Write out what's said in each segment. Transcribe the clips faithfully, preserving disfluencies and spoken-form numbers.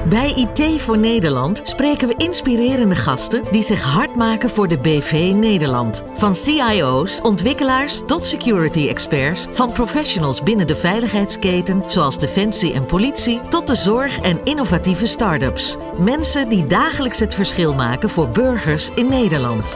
Bij I T voor Nederland spreken we inspirerende gasten die zich hard maken voor de B V Nederland. Van C I O's, ontwikkelaars tot security experts, van professionals binnen de veiligheidsketen zoals defensie en politie tot de zorg en innovatieve start-ups. Mensen die dagelijks het verschil maken voor burgers in Nederland.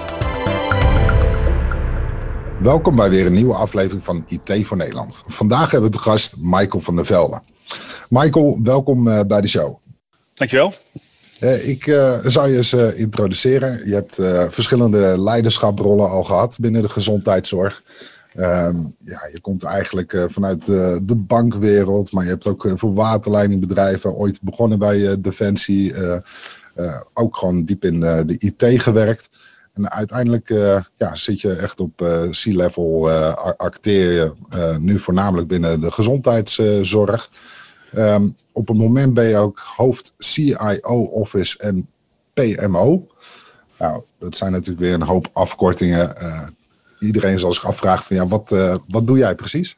Welkom bij weer een nieuwe aflevering van I T voor Nederland. Vandaag hebben we de gast Michael van der Velde. Michael, welkom uh, bij de show. Dankjewel. Uh, ik uh, zou je eens uh, introduceren. Je hebt uh, verschillende leiderschaprollen al gehad binnen de gezondheidszorg. Uh, ja, je komt eigenlijk uh, vanuit uh, de bankwereld, maar je hebt ook uh, voor waterleidingbedrijven ooit begonnen bij uh, Defensie. Uh, uh, ook gewoon diep in uh, de I T gewerkt. En uiteindelijk uh, ja, zit je echt op uh, C-level, uh, acteer je uh, nu voornamelijk binnen de gezondheidszorg. Um, op het moment ben je ook hoofd C I O-office en P M O. Nou, dat zijn natuurlijk weer een hoop afkortingen. Uh, iedereen zal zich afvragen van ja, wat, uh, wat doe jij precies?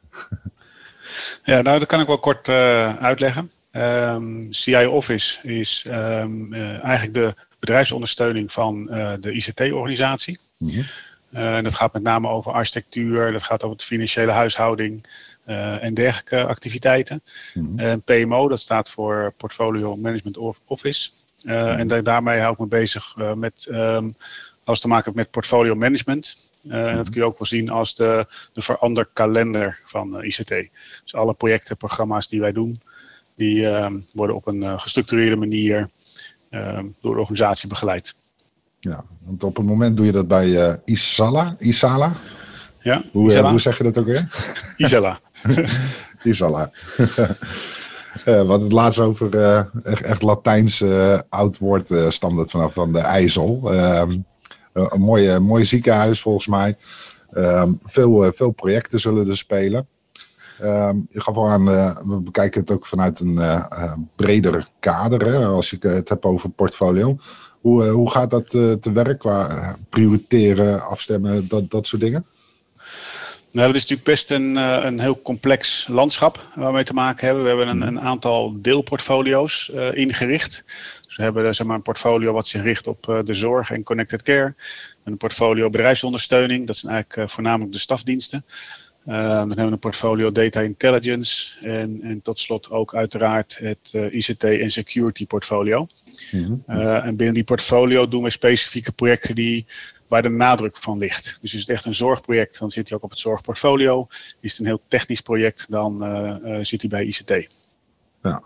Ja, nou dat kan ik wel kort uh, uitleggen. Um, C I O-office is um, uh, eigenlijk de bedrijfsondersteuning van uh, de I C T-organisatie. Mm-hmm. Uh, en dat gaat met name over architectuur, dat gaat over de financiële huishouding uh, en dergelijke activiteiten. Mm-hmm. En P M O, dat staat voor Portfolio Management Office. Uh, mm-hmm. En da- daarmee hou ik me bezig uh, met um, alles te maken met portfolio management. Uh, mm-hmm. En dat kun je ook wel zien als de, de veranderkalender van uh, I C T. Dus alle projecten, programma's die wij doen, die uh, worden op een uh, gestructureerde manier Uh, door de organisatie begeleid. Ja, want op het moment doe je dat bij uh, Isala. Isala? Ja, hoe, Isala. Uh, hoe zeg je dat ook weer? Isala. Isala. uh, wat het laatst over uh, echt, echt Latijns uh, oud woord uh, stamde het vanaf van de IJssel. Uh, een mooie, mooie ziekenhuis volgens mij. Uh, veel, uh, veel projecten zullen er spelen. Um, je gaf al aan, uh, we bekijken het ook vanuit een uh, uh, breder kader, hè, als je het hebt over portfolio. Hoe, uh, hoe gaat dat uh, te werk qua uh, prioriteren, afstemmen, dat, dat soort dingen? Nou, dat is natuurlijk best een, uh, een heel complex landschap waar we mee te maken hebben. We hebben een, een aantal deelportfolio's uh, ingericht. Dus we hebben zeg maar, een portfolio wat zich richt op uh, de zorg en connected care. Een portfolio bedrijfsondersteuning, dat zijn eigenlijk uh, voornamelijk de stafdiensten. Uh, dan hebben we een portfolio data intelligence en, en tot slot ook uiteraard het uh, I C T en security portfolio. Mm-hmm. Uh, en binnen die portfolio doen we specifieke projecten die, waar de nadruk van ligt. Dus is het echt een zorgproject, dan zit hij ook op het zorgportfolio. Is het een heel technisch project, dan uh, uh, zit hij bij I C T. Ja.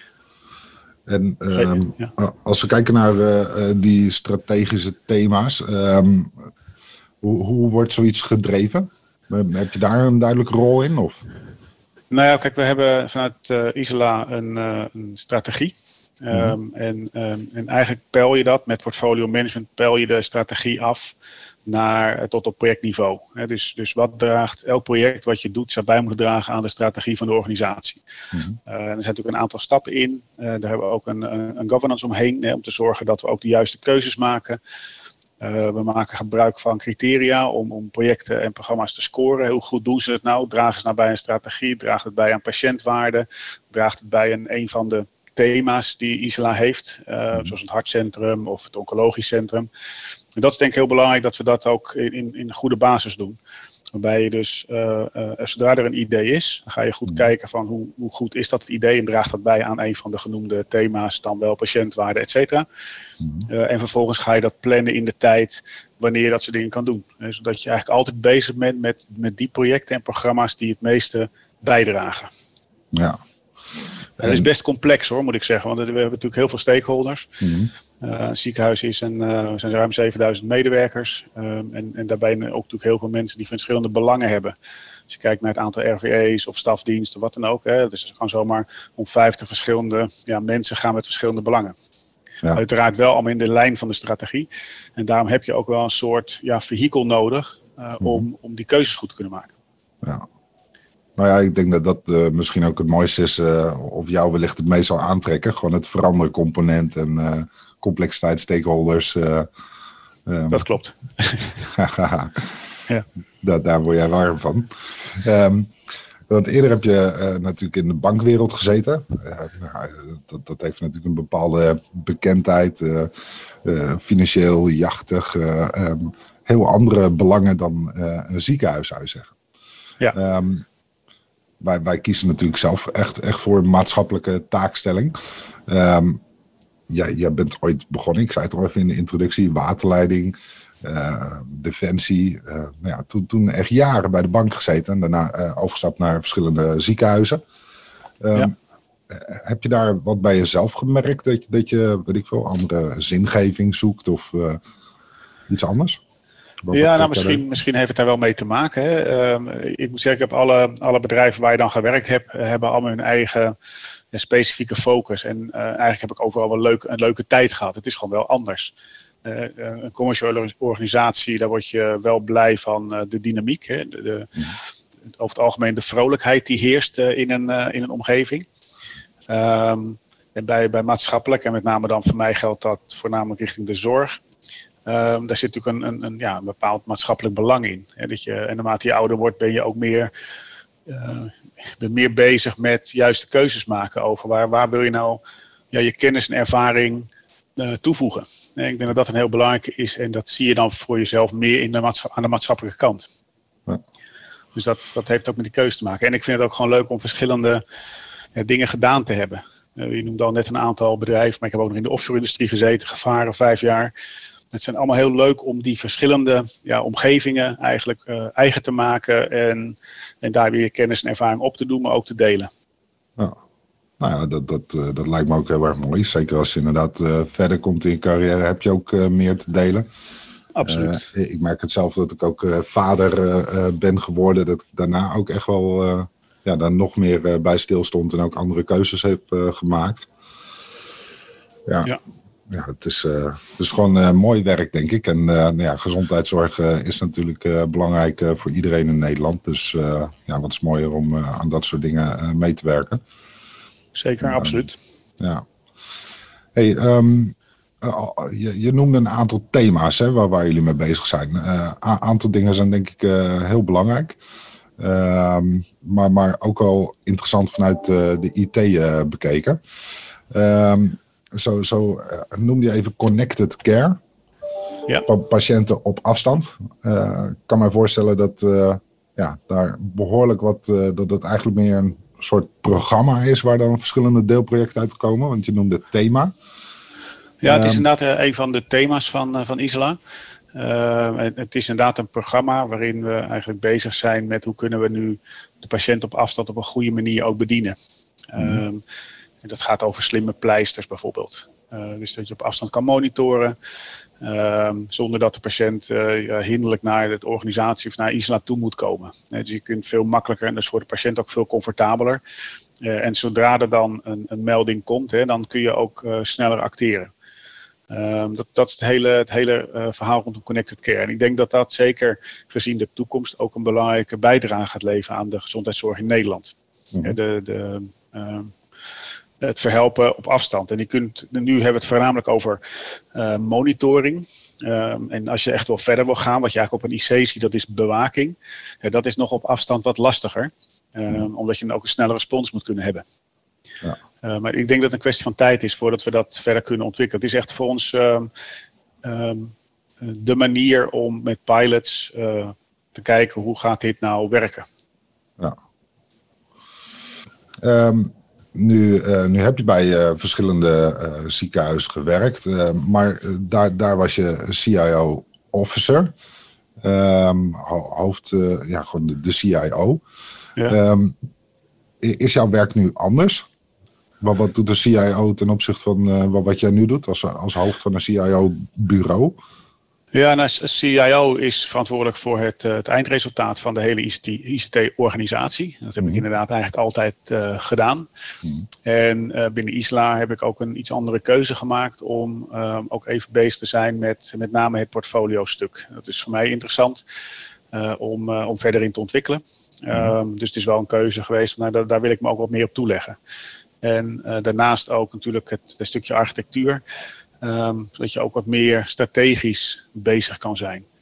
En um, ja. als we kijken naar uh, die strategische thema's, um, hoe, hoe wordt zoiets gedreven? Heb je daar een duidelijke rol in? Of? Nou ja, kijk, we hebben vanuit uh, Isala een, uh, een strategie. Um, mm-hmm. en, um, en eigenlijk peil je dat met portfolio management, peil je de strategie af naar, uh, tot op projectniveau. He, dus, dus wat draagt elk project wat je doet, zou bij moeten dragen aan de strategie van de organisatie. Mm-hmm. Uh, en er zijn natuurlijk een aantal stappen in. Uh, daar hebben we ook een, een, een governance omheen, hè, om te zorgen dat we ook de juiste keuzes maken. Uh, we maken gebruik van criteria om, om projecten en programma's te scoren. Hoe goed doen ze het nou? Dragen ze nou bij een strategie? Draagt het bij aan patiëntwaarde? Draagt het bij een, een van de thema's die Isala heeft? Uh, mm-hmm. Zoals het hartcentrum of het oncologisch centrum. En dat is denk ik heel belangrijk dat we dat ook in, in, in goede basis doen. Waarbij je dus, uh, uh, zodra er een idee is, dan ga je goed mm-hmm. kijken van hoe, hoe goed is dat idee en draagt dat bij aan een van de genoemde thema's, dan wel patiëntwaarde, et cetera. Mm-hmm. Uh, en vervolgens ga je dat plannen in de tijd wanneer je dat soort dingen kan doen. Uh, zodat je eigenlijk altijd bezig bent met, met die projecten en programma's die het meeste bijdragen. Ja. En dat is best complex hoor, moet ik zeggen, want we hebben natuurlijk heel veel stakeholders. Mm-hmm. Uh, een ziekenhuis is een, uh, zijn ruim zevenduizend medewerkers. Um, en, en daarbij ook natuurlijk heel veel mensen die verschillende belangen hebben. Als je kijkt naar het aantal R V E's of stafdiensten, wat dan ook. Hè, het is gewoon zomaar om vijftig verschillende ja, mensen gaan met verschillende belangen. Ja. Uiteraard wel allemaal in de lijn van de strategie. En daarom heb je ook wel een soort ja, vehikel nodig uh, mm-hmm. om, om die keuzes goed te kunnen maken. Ja. Nou ja, ik denk dat dat uh, misschien ook het mooiste is, uh, of jou wellicht het meest zal aantrekken. Gewoon het verandercomponent en uh, complexiteit, stakeholders. Uh, um. Dat klopt. ja. Da- daar word jij warm van. Um, Want eerder heb je uh, natuurlijk in de bankwereld gezeten. Uh, nou, dat, dat heeft natuurlijk een bepaalde bekendheid. Uh, uh, financieel, jachtig. Uh, um, heel andere belangen dan uh, een ziekenhuis, zou je zeggen. Ja. Um, wij, wij kiezen natuurlijk zelf echt, echt voor een maatschappelijke taakstelling. Um, jij, jij bent ooit begonnen, ik zei het al even in de introductie, waterleiding... Uh, defensie. Uh, nou ja, toen, toen echt jaren bij de bank gezeten en daarna uh, overgestapt naar verschillende ziekenhuizen. Um, ja. uh, heb je daar wat bij jezelf gemerkt dat je, dat je weet ik veel, andere zingeving zoekt of uh, iets anders? Wat ja, nou misschien, misschien heeft het daar wel mee te maken. Hè. Um, ik moet zeggen, ik heb alle, alle bedrijven waar je dan gewerkt hebt, hebben allemaal hun eigen uh, specifieke focus. En uh, eigenlijk heb ik overal wel leuk, een leuke tijd gehad. Het is gewoon wel anders. Uh, een commerciële organisatie, daar word je wel blij van uh, de dynamiek. Hè? De, de, over het algemeen de vrolijkheid die heerst uh, in, een, uh, in een omgeving. Um, en bij, bij maatschappelijk, en met name dan voor mij geldt dat voornamelijk richting de zorg. Um, daar zit natuurlijk een, een, een, ja, een bepaald maatschappelijk belang in. Hè? Dat je, en naarmate je ouder wordt ben je ook meer, uh, ben meer bezig met juiste keuzes maken over waar, waar wil je nou ja, je kennis en ervaring uh, toevoegen. Nee, ik denk dat dat een heel belangrijke is en dat zie je dan voor jezelf meer in de maatscha- aan de maatschappelijke kant. Ja. Dus dat, dat heeft ook met die keuze te maken. En ik vind het ook gewoon leuk om verschillende ja, dingen gedaan te hebben. Uh, je noemde al net een aantal bedrijven, maar ik heb ook nog in de offshore-industrie gezeten, gevaren, vijf jaar. Het zijn allemaal heel leuk om die verschillende ja, omgevingen eigenlijk uh, eigen te maken en, en daar weer kennis en ervaring op te doen, maar ook te delen. Ja. Nou ja, dat, dat, uh, dat lijkt me ook heel erg mooi. Zeker als je inderdaad uh, verder komt in je carrière, heb je ook uh, meer te delen. Absoluut. Uh, ik merk het zelf dat ik ook uh, vader uh, ben geworden. Dat ik daarna ook echt wel uh, ja, daar nog meer uh, bij stilstond en ook andere keuzes heb uh, gemaakt. Ja, ja. ja het, is, uh, het is gewoon uh, mooi werk, denk ik. En uh, nou ja, gezondheidszorg uh, is natuurlijk uh, belangrijk uh, voor iedereen in Nederland. Dus uh, ja, wat is mooier om uh, aan dat soort dingen uh, mee te werken. Zeker, uh, absoluut. Ja. Hey, um, uh, je, je noemde een aantal thema's hè, waar, waar jullie mee bezig zijn. Een uh, aantal dingen zijn denk ik uh, heel belangrijk. Uh, maar, maar ook wel interessant vanuit uh, de I T uh, bekeken. Uh, zo zo uh, noem je even connected care. Ja. Pa- patiënten op afstand. Uh, ik kan me voorstellen dat uh, ja, daar behoorlijk wat... Uh, dat het eigenlijk meer een soort programma is waar dan verschillende deelprojecten uitkomen. Want je noemde het thema. Ja, het is Um, inderdaad uh, een van de thema's van, uh, van Isola. Uh, het, het is inderdaad een programma waarin we eigenlijk bezig zijn met hoe kunnen we nu de patiënt op afstand op een goede manier ook bedienen. Mm-hmm. Um, en dat gaat over slimme pleisters bijvoorbeeld. Uh, dus dat je op afstand kan monitoren. Um, zonder dat de patiënt uh, hinderlijk naar de organisatie of naar Isola toe moet komen. Uh, dus je kunt veel makkelijker en dat is voor de patiënt ook veel comfortabeler. Uh, en zodra er dan een, een melding komt, hè, dan kun je ook uh, sneller acteren. Um, dat, dat is het hele, het hele uh, verhaal rondom Connected Care. En ik denk dat dat zeker gezien de toekomst ook een belangrijke bijdrage gaat leveren aan de gezondheidszorg in Nederland. Mm-hmm. De, de, uh, het verhelpen op afstand. En je kunt, nu hebben we het voornamelijk over uh, monitoring. Um, en als je echt wel verder wil gaan, wat je eigenlijk op een I C ziet, dat is bewaking. Uh, dat is nog op afstand wat lastiger. Um, mm-hmm. Omdat je dan ook een snelle respons moet kunnen hebben. Ja. Uh, maar ik denk dat het een kwestie van tijd is voordat we dat verder kunnen ontwikkelen. Het is echt voor ons um, um, de manier om met pilots uh, te kijken hoe gaat dit nou werken. Ja. Um, nu, uh, nu heb je bij uh, verschillende uh, ziekenhuizen gewerkt, uh, maar uh, daar, daar was je C I O-officer, um, hoofd, uh, ja, gewoon de, de C I O. Ja. Um, is jouw werk nu anders? Wat, wat doet de C I O ten opzichte van uh, wat, wat jij nu doet als, als hoofd van een C I O-bureau? Ja, nou, C I O is verantwoordelijk voor het, uh, het eindresultaat van de hele I C T-organisatie. Dat heb mm. ik inderdaad eigenlijk altijd uh, gedaan. Mm. En uh, binnen Isola heb ik ook een iets andere keuze gemaakt om uh, ook even bezig te zijn met met name het portfolio-stuk. Dat is voor mij interessant uh, om, uh, om verder in te ontwikkelen. Mm. Um, dus het is wel een keuze geweest, nou, daar, daar wil ik me ook wat meer op toeleggen. En uh, daarnaast ook natuurlijk het, het stukje architectuur. Um, zodat je ook wat meer strategisch bezig kan zijn.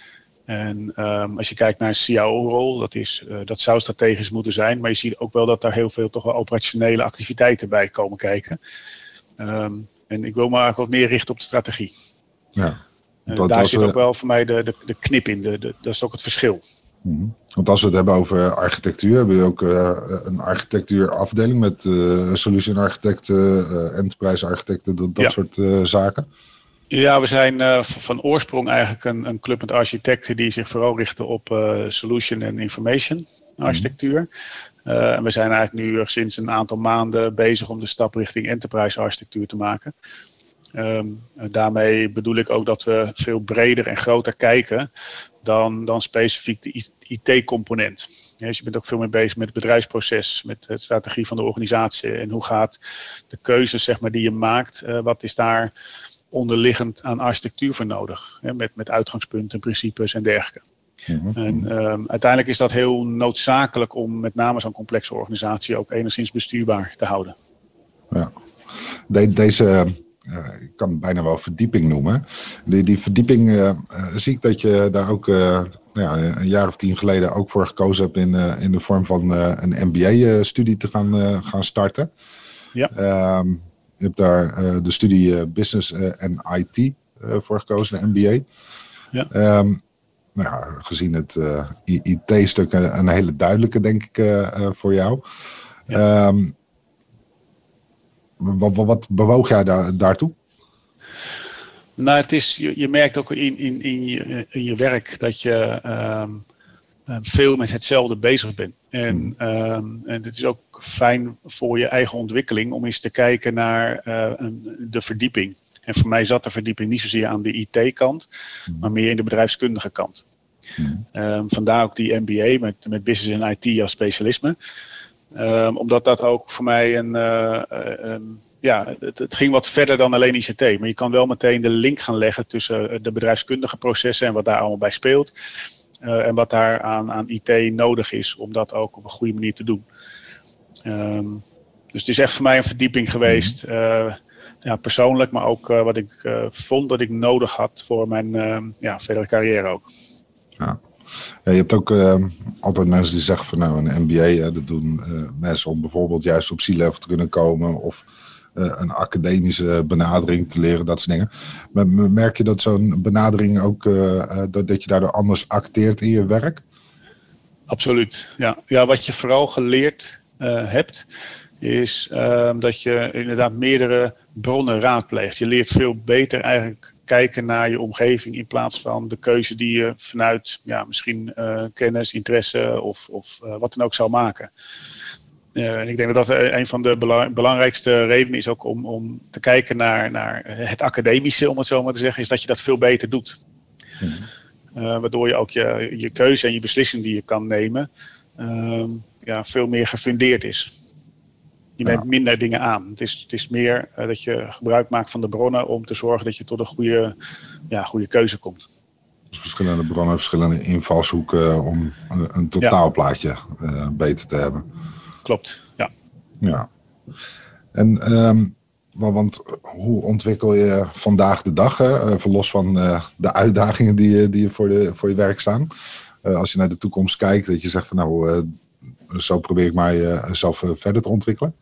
En um, als je kijkt naar een C I O-rol, dat, is, uh, dat zou strategisch moeten zijn. Maar je ziet ook wel dat daar heel veel toch wel operationele activiteiten bij komen kijken. Um, en ik wil me eigenlijk wat meer richten op de strategie. Ja, uh, daar als zit we... ook wel voor mij de, de, de knip in. De, de, dat is ook het verschil. Mm-hmm. Want als we het hebben over architectuur, hebben we ook uh, een architectuurafdeling met uh, solution architecten, uh, enterprise architecten, dat, dat ja. soort uh, zaken. Ja, we zijn uh, van oorsprong eigenlijk een, een club met architecten die zich vooral richten op uh, solution en information architectuur. Mm-hmm. Uh, en we zijn eigenlijk nu sinds een aantal maanden bezig om de stap richting enterprise architectuur te maken. Um, daarmee bedoel ik ook dat we veel breder en groter kijken dan, dan specifiek de I T-component. Ja, dus je bent ook veel meer bezig met het bedrijfsproces, met de strategie van de organisatie en hoe gaat de keuzes zeg maar, die je maakt, uh, wat is daar onderliggend aan architectuur voor nodig, hè, met, met uitgangspunten, principes en dergelijke. Mm-hmm. En um, uiteindelijk is dat heel noodzakelijk om met name zo'n complexe organisatie ook enigszins bestuurbaar te houden. Ja, de, deze... Uh, ik kan het bijna wel verdieping noemen. Die, die verdieping uh, uh, zie ik dat je daar ook uh, nou ja, een jaar of tien geleden ook voor gekozen hebt in, uh, in de vorm van uh, een M B A-studie te gaan, uh, gaan starten. Ja. Uh, je hebt daar uh, de studie uh, Business en uh, I T uh, voor gekozen, de M B A. Ja. Um, nou ja, gezien het uh, I T-stuk uh, een hele duidelijke, denk ik, uh, uh, voor jou. Ja. Um, Wat, wat, wat bewoog jij daar, daartoe? Nou, het is, je, je merkt ook in, in, in, je, in je werk dat je um, veel met hetzelfde bezig bent. En, hmm. um, en het is ook fijn voor je eigen ontwikkeling om eens te kijken naar uh, een, de verdieping. En voor mij zat de verdieping niet zozeer aan de I T-kant, hmm. maar meer in de bedrijfskundige kant. Hmm. Um, vandaar ook die M B A met, met Business en I T als specialisme. Um, omdat dat ook voor mij een, uh, um, ja, het, het ging wat verder dan alleen I C T. Maar je kan wel meteen de link gaan leggen tussen de bedrijfskundige processen en wat daar allemaal bij speelt. Uh, en wat daar aan, aan I T nodig is om dat ook op een goede manier te doen. Um, dus het is echt voor mij een verdieping geweest. Uh, ja, persoonlijk, maar ook uh, wat ik uh, vond dat ik nodig had voor mijn uh, ja, verdere carrière ook. Ja. Ja, je hebt ook uh, altijd mensen die zeggen van nou een M B A, hè, dat doen uh, mensen om bijvoorbeeld juist op C-level te kunnen komen of uh, een academische benadering te leren, dat soort dingen. Maar merk je dat zo'n benadering ook, uh, uh, dat, dat je daardoor anders acteert in je werk? Absoluut, ja. Ja, wat je vooral geleerd uh, hebt, is uh, dat je inderdaad meerdere bronnen raadpleegt. Je leert veel beter eigenlijk kijken naar je omgeving in plaats van de keuze die je vanuit ja, misschien uh, kennis, interesse of, of uh, wat dan ook zou maken. Uh, en ik denk dat dat een van de bela- belangrijkste redenen is ook om, om te kijken naar, naar het academische, om het zo maar te zeggen, is dat je dat veel beter doet. Mm-hmm. Uh, waardoor je ook je, je keuze en je beslissing die je kan nemen uh, ja, veel meer gefundeerd is. Je neemt ja. minder dingen aan. Het is, het is meer uh, dat je gebruik maakt van de bronnen om te zorgen dat je tot een goede, ja, goede keuze komt. Dus verschillende bronnen, verschillende invalshoeken om een, een totaalplaatje ja. uh, beter te hebben. Klopt, ja. Ja. En um, want hoe ontwikkel je vandaag de dag, hè? Even los van uh, de uitdagingen die, die voor, de, voor je werk staan. Uh, als je naar de toekomst kijkt, dat je zegt van nou, uh, zo probeer ik mijzelf uh, verder te ontwikkelen.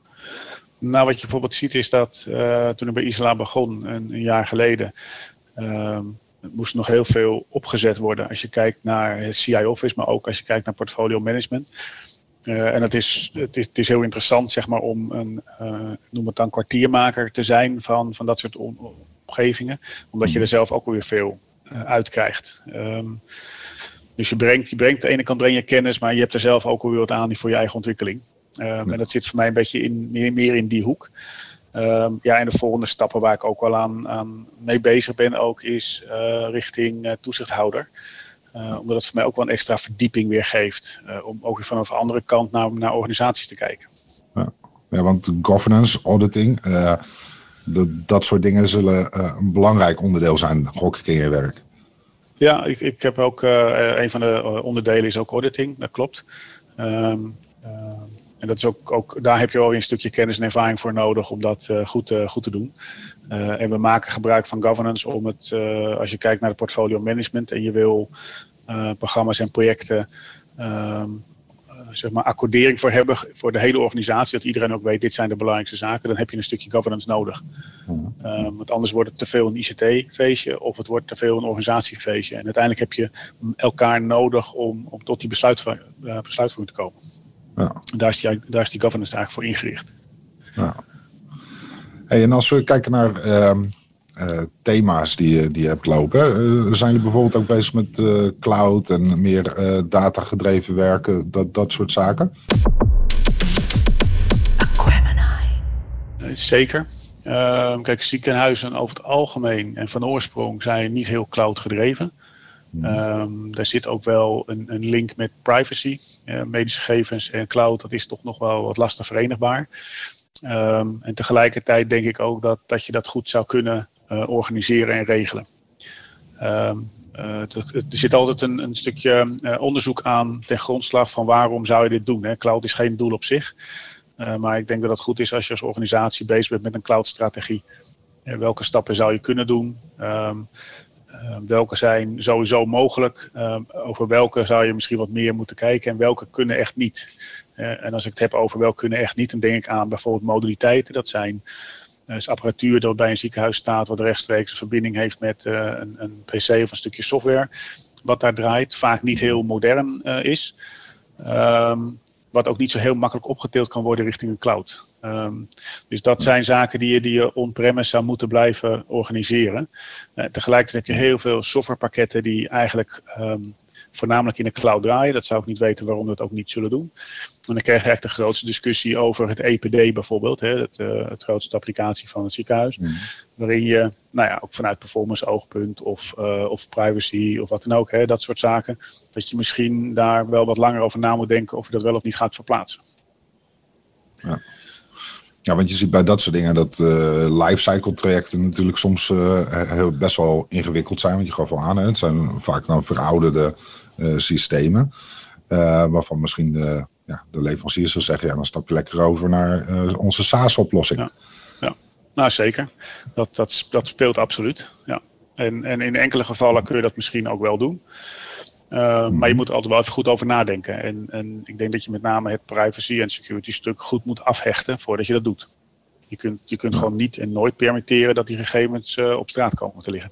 Nou, wat je bijvoorbeeld ziet is dat uh, toen ik bij Isla begon, een, een jaar geleden, uh, moest nog heel veel opgezet worden. Als je kijkt naar het C I Office, maar ook als je kijkt naar portfolio management. Uh, en het is, het, is, het is heel interessant zeg maar, om een, uh, noem het dan kwartiermaker te zijn van, van dat soort om, omgevingen. Omdat je er zelf ook weer veel uh, uit krijgt. Um, dus je brengt, je brengt, aan de ene kant breng je kennis, maar je hebt er zelf ook weer wat aan voor je eigen ontwikkeling. Um, ja. En dat zit voor mij een beetje in, meer, meer in die hoek. Um, ja, en de volgende stappen waar ik ook wel aan, aan mee bezig ben ook is uh, richting uh, toezichthouder. Uh, omdat het voor mij ook wel een extra verdieping weer geeft. Uh, om ook weer vanaf de andere kant naar, naar organisaties te kijken. Ja, ja want governance, auditing, uh, de, dat soort dingen zullen uh, een belangrijk onderdeel zijn, gok ik in je werk. Ja, ik, ik heb ook, uh, een van de onderdelen is ook auditing, dat klopt. Um, uh, En dat is ook, ook, daar heb je wel weer een stukje kennis en ervaring voor nodig om dat uh, goed, uh, goed te doen. Uh, en we maken gebruik van governance om het, uh, als je kijkt naar het portfolio management en je wil uh, programma's en projecten, uh, uh, zeg maar accordering voor hebben voor de hele organisatie, dat iedereen ook weet, dit zijn de belangrijkste zaken, dan heb je een stukje governance nodig. Uh, want anders wordt het te veel een I C T-feestje of het wordt te veel een organisatiefeestje. En uiteindelijk heb je elkaar nodig om, om tot die besluitvoering, uh, besluitvoering te komen. Ja. Daar, is die, daar is die governance eigenlijk voor ingericht. Ja. Hey, en als we kijken naar uh, uh, thema's die, die je hebt lopen, uh, zijn jullie bijvoorbeeld ook bezig met uh, cloud en meer uh, datagedreven werken, dat, dat soort zaken? Zeker. Uh, kijk, ziekenhuizen over het algemeen en van oorsprong zijn niet heel cloud gedreven. Um, daar zit ook wel een, een link met privacy. Uh, medische gegevens en cloud, dat is toch nog wel wat lastig verenigbaar. Um, en tegelijkertijd denk ik ook dat, dat je dat goed zou kunnen uh, organiseren en regelen. Um, uh, er zit altijd een, een stukje uh, onderzoek aan ten grondslag van waarom zou je dit doen. Hè? Cloud is geen doel op zich. Uh, maar ik denk dat het goed is als je als organisatie bezig bent met een cloud-strategie. Uh, welke stappen zou je kunnen doen? Um, uh, welke zijn sowieso mogelijk? Uh, over welke zou je misschien wat meer moeten kijken en welke kunnen echt niet? Uh, en als ik het heb over welke kunnen echt niet, dan denk ik aan bijvoorbeeld modaliteiten. Dat zijn uh, is apparatuur dat bij een ziekenhuis staat wat rechtstreeks een verbinding heeft met uh, een, een P C of een stukje software. Wat daar draait, vaak niet heel modern uh, is. Um, Wat ook niet zo heel makkelijk opgetild kan worden richting een cloud. Um, dus dat zijn zaken die je, die je on-premise zou moeten blijven organiseren. Uh, tegelijkertijd heb je heel veel softwarepakketten die eigenlijk um, voornamelijk in de cloud draaien. Dat zou ik niet weten waarom we dat ook niet zullen doen. En dan krijg je echt de grootste discussie over het E P D bijvoorbeeld. Hè, het, uh, het grootste applicatie van het ziekenhuis. Mm. Waarin je, nou ja, ook vanuit performance oogpunt of, uh, of privacy of wat dan ook. Hè, dat soort zaken. Dat je misschien daar wel wat langer over na moet denken of je dat wel of niet gaat verplaatsen. Ja. Ja, want je ziet bij dat soort dingen dat uh, lifecycle trajecten natuurlijk soms uh, heel, best wel ingewikkeld zijn. Want je gaf al aan, hè, het zijn vaak dan verouderde uh, systemen. Uh, waarvan misschien de, ja, de leverancier zou zeggen, ja, dan stap je lekker over naar uh, onze SaaS-oplossing. Ja, ja. Nou zeker. Dat, dat, dat speelt absoluut. Ja. En, en in enkele gevallen kun je dat misschien ook wel doen. Uh, hmm. Maar je moet er altijd wel even goed over nadenken. En, en ik denk dat je met name het privacy en security stuk goed moet afhechten voordat je dat doet. Je kunt, je kunt ja. gewoon niet en nooit permitteren dat die gegevens uh, op straat komen te liggen.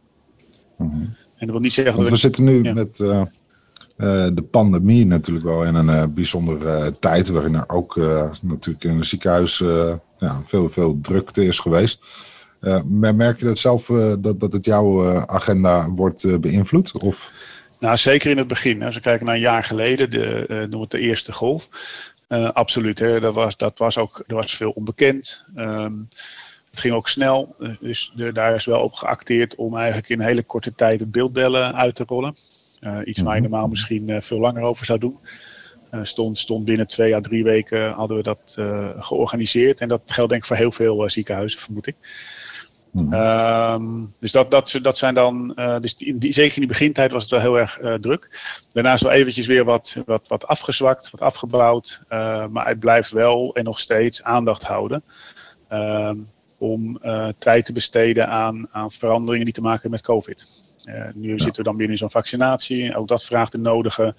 Hmm. En dat wil niet zeggen Want dat we ik... zitten nu ja. met uh, uh, de pandemie natuurlijk wel in een uh, bijzondere uh, tijd waarin er ook uh, natuurlijk in het ziekenhuis uh, ja, veel, veel drukte is geweest. Uh, merk je dat zelf uh, dat, dat het jouw uh, agenda wordt uh, beïnvloed? Of... Nou, zeker in het begin. Als we kijken naar een jaar geleden, de, uh, noem het de eerste golf. Uh, absoluut, hè, dat, was, dat was ook, er was veel onbekend. Um, het ging ook snel, uh, dus de, daar is wel op geacteerd om eigenlijk in een hele korte tijd het beeldbellen uit te rollen. Uh, iets waar je normaal misschien uh, veel langer over zou doen. Uh, stond, stond binnen twee à drie weken hadden we dat uh, georganiseerd. En dat geldt denk ik voor heel veel uh, ziekenhuizen, vermoed ik. Hmm. Um, dus dat, dat, dat zijn dan, uh, dus die, die, zeker in die begintijd was het wel heel erg uh, druk. Daarna is wel eventjes weer wat, wat, wat afgezwakt, wat afgebouwd. Uh, maar het blijft wel en nog steeds aandacht houden. Um, om uh, tijd te besteden aan, aan veranderingen die te maken hebben met COVID. Uh, nu ja. zitten we dan binnen in zo'n vaccinatie. Ook dat vraagt de nodige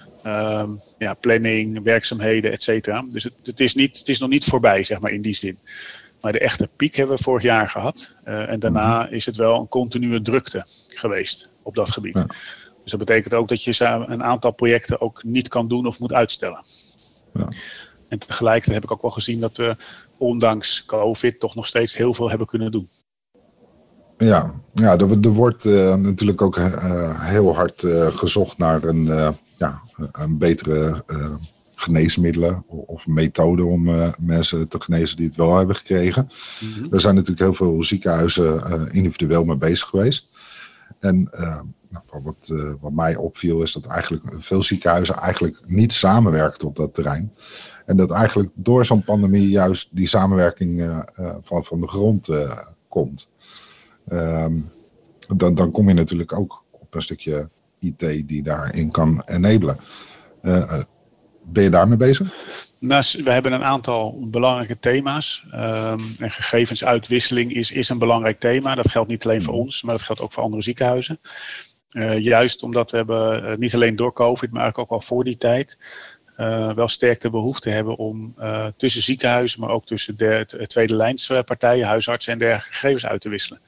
um, ja, planning, werkzaamheden, et cetera. Dus het, het, is niet, het is nog niet voorbij, zeg maar, in die zin. Maar de echte piek hebben we vorig jaar gehad. Uh, en daarna is het wel een continue drukte geweest op dat gebied. Ja. Dus dat betekent ook dat je een aantal projecten ook niet kan doen of moet uitstellen. Ja. En tegelijkertijd heb ik ook wel gezien dat we ondanks COVID toch nog steeds heel veel hebben kunnen doen. Ja, ja er, er wordt uh, natuurlijk ook uh, heel hard uh, gezocht naar een, uh, ja, een betere... Uh, geneesmiddelen of methoden om uh, mensen te genezen die het wel hebben gekregen. Mm-hmm. Er zijn natuurlijk heel veel ziekenhuizen uh, individueel mee bezig geweest. En uh, nou, wat, uh, wat mij opviel is dat eigenlijk veel ziekenhuizen eigenlijk niet samenwerkten op dat terrein. En dat eigenlijk door zo'n pandemie juist die samenwerking uh, uh, van, van de grond uh, komt. Um, dan, dan kom je natuurlijk ook op een stukje I T die daarin kan enablen. Uh, uh, Ben je daarmee bezig? Nou, we hebben een aantal belangrijke thema's. Um, en gegevensuitwisseling is, is een belangrijk thema. Dat geldt niet alleen voor ons, maar dat geldt ook voor andere ziekenhuizen. Uh, juist omdat we hebben, uh, niet alleen door COVID, maar eigenlijk ook al voor die tijd, uh, wel sterk de behoefte hebben om uh, tussen ziekenhuizen, maar ook tussen de, de tweede lijnspartijen, huisartsen en dergelijke gegevens uit te wisselen.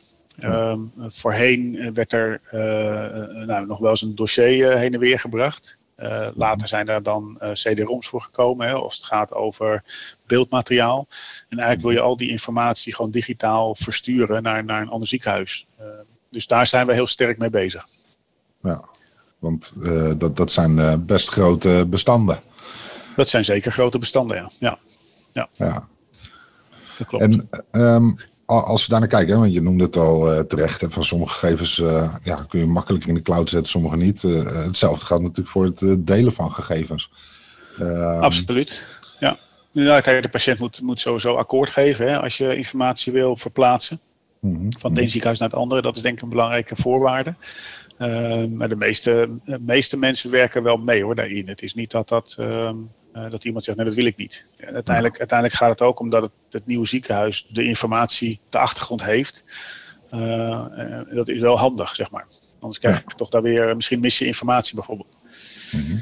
Um, voorheen werd er uh, nou, nog wel eens een dossier uh, heen en weer gebracht. Uh, later zijn daar dan uh, C D-ROMs voor gekomen, hè, als het gaat over beeldmateriaal. En eigenlijk wil je al die informatie gewoon digitaal versturen naar, naar een ander ziekenhuis. Uh, dus daar zijn we heel sterk mee bezig. Ja, want uh, dat, dat zijn uh, best grote bestanden. Dat zijn zeker grote bestanden, ja. Ja, ja. ja. Dat klopt. En um, als we daar naar kijken, hè, want je noemde het al uh, terecht, hè, van sommige gegevens uh, ja, kun je makkelijk in de cloud zetten, sommige niet. Uh, hetzelfde geldt natuurlijk voor het uh, delen van gegevens. Uh, Absoluut, ja. Nou, kijk, de patiënt moet, moet sowieso akkoord geven, hè, als je informatie wil verplaatsen. Mm-hmm. Van het ene ziekenhuis naar het andere, dat is denk ik een belangrijke voorwaarde. Uh, maar de meeste, de meeste mensen werken wel mee hoor, daarin. Het is niet dat, dat, uh, uh, dat iemand zegt, nee dat wil ik niet. Ja, uiteindelijk, uiteindelijk gaat het ook om dat het, het nieuwe ziekenhuis de informatie, de achtergrond heeft. Uh, uh, dat is wel handig, zeg maar. Anders krijg ik ja. toch daar weer, misschien mis je informatie bijvoorbeeld. Mm-hmm.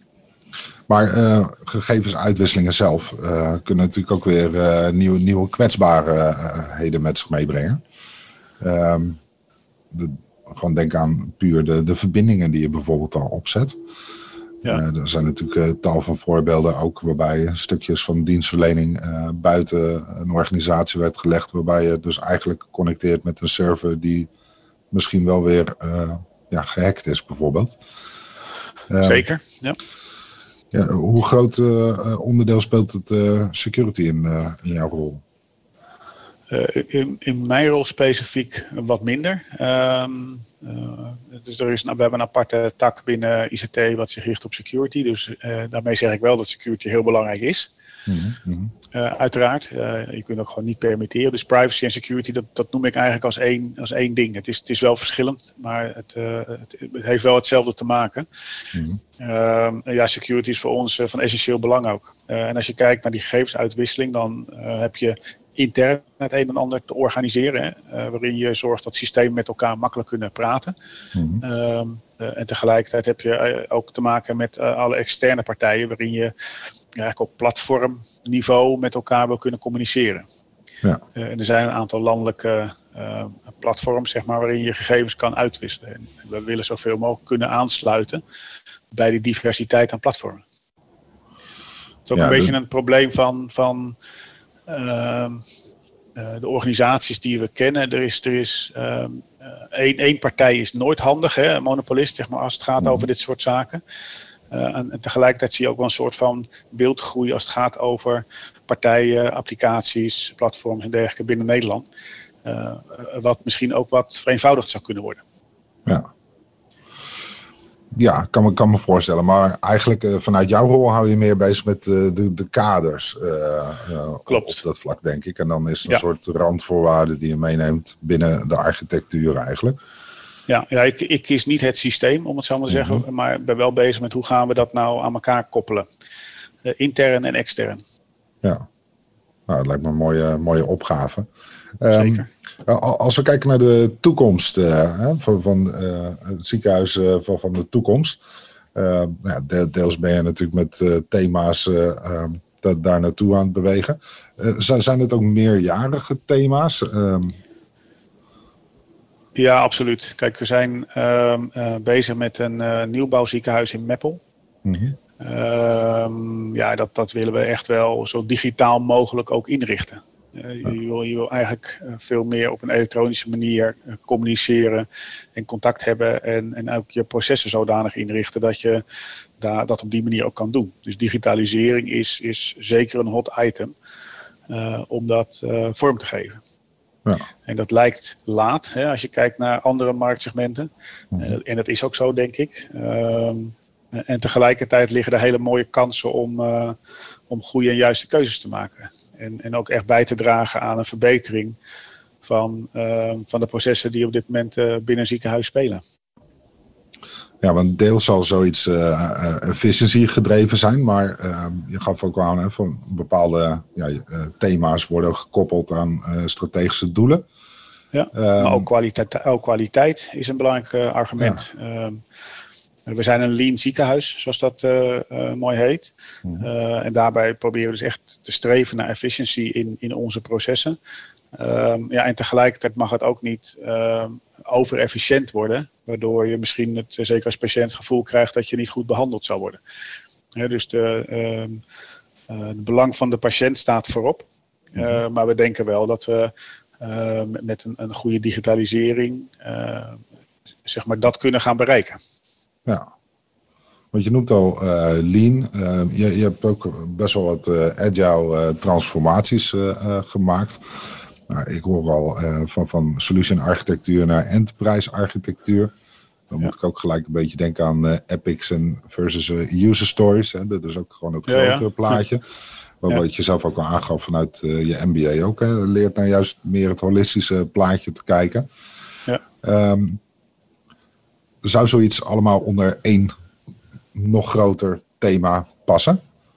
Maar uh, gegevensuitwisselingen zelf uh, kunnen natuurlijk ook weer uh, nieuwe, nieuwe kwetsbaarheden met zich meebrengen. Um, de, gewoon denk aan puur de, de verbindingen die je bijvoorbeeld al opzet. Ja. Uh, er zijn natuurlijk uh, tal van voorbeelden ook waarbij stukjes van dienstverlening uh, buiten een organisatie werd gelegd. Waarbij je dus eigenlijk connecteert met een server die misschien wel weer uh, ja, gehackt is bijvoorbeeld. Uh, Zeker, ja. Ja, hoe groot uh, onderdeel speelt het uh, security in, uh, in jouw rol? Uh, in, in mijn rol specifiek wat minder. Um, uh, dus er is, nou, we hebben een aparte tak binnen I C T wat zich richt op security. Dus uh, daarmee zeg ik wel dat security heel belangrijk is. Mm-hmm. Uh, uiteraard. Uh, je kunt ook gewoon niet permitteren. Dus privacy en security, dat, dat noem ik eigenlijk als één, als één ding. Het is, het is wel verschillend, maar het, uh, het, het heeft wel hetzelfde te maken. Mm-hmm. Uh, ja, security is voor ons uh, van essentieel belang ook. Uh, en als je kijkt naar die gegevensuitwisseling, dan uh, heb je intern het een en ander te organiseren. Hè, uh, waarin je zorgt dat systemen met elkaar makkelijk kunnen praten. Mm-hmm. Uh, uh, en tegelijkertijd heb je uh, ook te maken met uh, alle externe partijen, waarin je eigenlijk op platformniveau met elkaar wil kunnen communiceren. Ja. Uh, en er zijn een aantal landelijke uh, platforms, zeg maar, waarin je gegevens kan uitwisselen. En we willen zoveel mogelijk kunnen aansluiten bij die diversiteit aan platformen. Het is ook ja, een beetje de... een probleem van, van uh, uh, de organisaties die we kennen. Er is, er is uh, één, één partij is nooit handig, hè, een monopolist, zeg maar, als het gaat mm-hmm. over dit soort zaken. Uh, en, en tegelijkertijd zie je ook wel een soort van beeldgroei als het gaat over partijen, applicaties, platforms en dergelijke binnen Nederland. Uh, wat misschien ook wat vereenvoudigd zou kunnen worden. Ja, ja kan, me, kan me voorstellen. Maar eigenlijk uh, vanuit jouw rol hou je meer bezig met uh, de, de kaders uh, uh, Klopt. Op dat vlak, denk ik. En dan is er een ja. soort randvoorwaarden die je meeneemt binnen de architectuur eigenlijk. Ja, ja ik, ik kies niet het systeem, om het zo maar te zeggen, mm-hmm. maar ik ben wel bezig met hoe gaan we dat nou aan elkaar koppelen. Uh, intern en extern. Ja, nou, dat lijkt me een mooie, mooie opgave. Um, Zeker. Als we kijken naar de toekomst uh, van, van uh, het ziekenhuis uh, van, van de toekomst. Uh, nou ja, deels ben je natuurlijk met uh, thema's uh, uh, dat, daar naartoe aan het bewegen. Uh, zijn het ook meerjarige thema's? Um, Ja, absoluut. Kijk, we zijn uh, uh, bezig met een uh, nieuwbouwziekenhuis in Meppel. Mm-hmm. Uh, ja, dat, dat willen we echt wel zo digitaal mogelijk ook inrichten. Uh, ja. je, wil, je wil eigenlijk uh, veel meer op een elektronische manier uh, communiceren en contact hebben. En, en ook je processen zodanig inrichten dat je daar, dat op die manier ook kan doen. Dus digitalisering is, is zeker een hot item uh, om dat uh, vorm te geven. Ja. En dat lijkt laat, hè, als je kijkt naar andere marktsegmenten. Mm-hmm. En dat is ook zo, denk ik. Um, en tegelijkertijd liggen er hele mooie kansen om, uh, om goede en juiste keuzes te maken. En, en ook echt bij te dragen aan een verbetering van, uh, van de processen die op dit moment uh, binnen een ziekenhuis spelen. Ja, want deels zal zoiets uh, uh, efficiency gedreven zijn, maar uh, je gaf ook aan, hè, van bepaalde ja, uh, thema's worden gekoppeld aan uh, strategische doelen. Ja, um, maar ook kwaliteit, ook kwaliteit is een belangrijk uh, argument. Ja. Um, we zijn een lean ziekenhuis, zoals dat uh, uh, mooi heet. Mm. Uh, en daarbij proberen we dus echt te streven naar efficiency in, in onze processen. Um, ja, en tegelijkertijd mag het ook niet uh, overefficiënt worden, waardoor je misschien het, zeker als patiënt, het gevoel krijgt dat je niet goed behandeld zal worden. Ja, dus de, uh, uh, het belang van de patiënt staat voorop. Uh, maar we denken wel dat we uh, met een, een goede digitalisering uh, zeg maar dat kunnen gaan bereiken. Ja, want je noemt al uh, lean. Uh, je, je hebt ook best wel wat uh, agile uh, transformaties uh, uh, gemaakt. Nou, ik hoor al uh, van, van solution architectuur naar enterprise architectuur. Dan moet ja. ik ook gelijk een beetje denken aan uh, epics en versus uh, user stories. Hè. Dat is ook gewoon het grotere ja, ja. plaatje. Wat ja. je zelf ook al aangaf vanuit uh, je M B A ook. Hè. Leert nou juist meer het holistische plaatje te kijken. Ja. Um, zou zoiets allemaal onder één nog groter thema passen?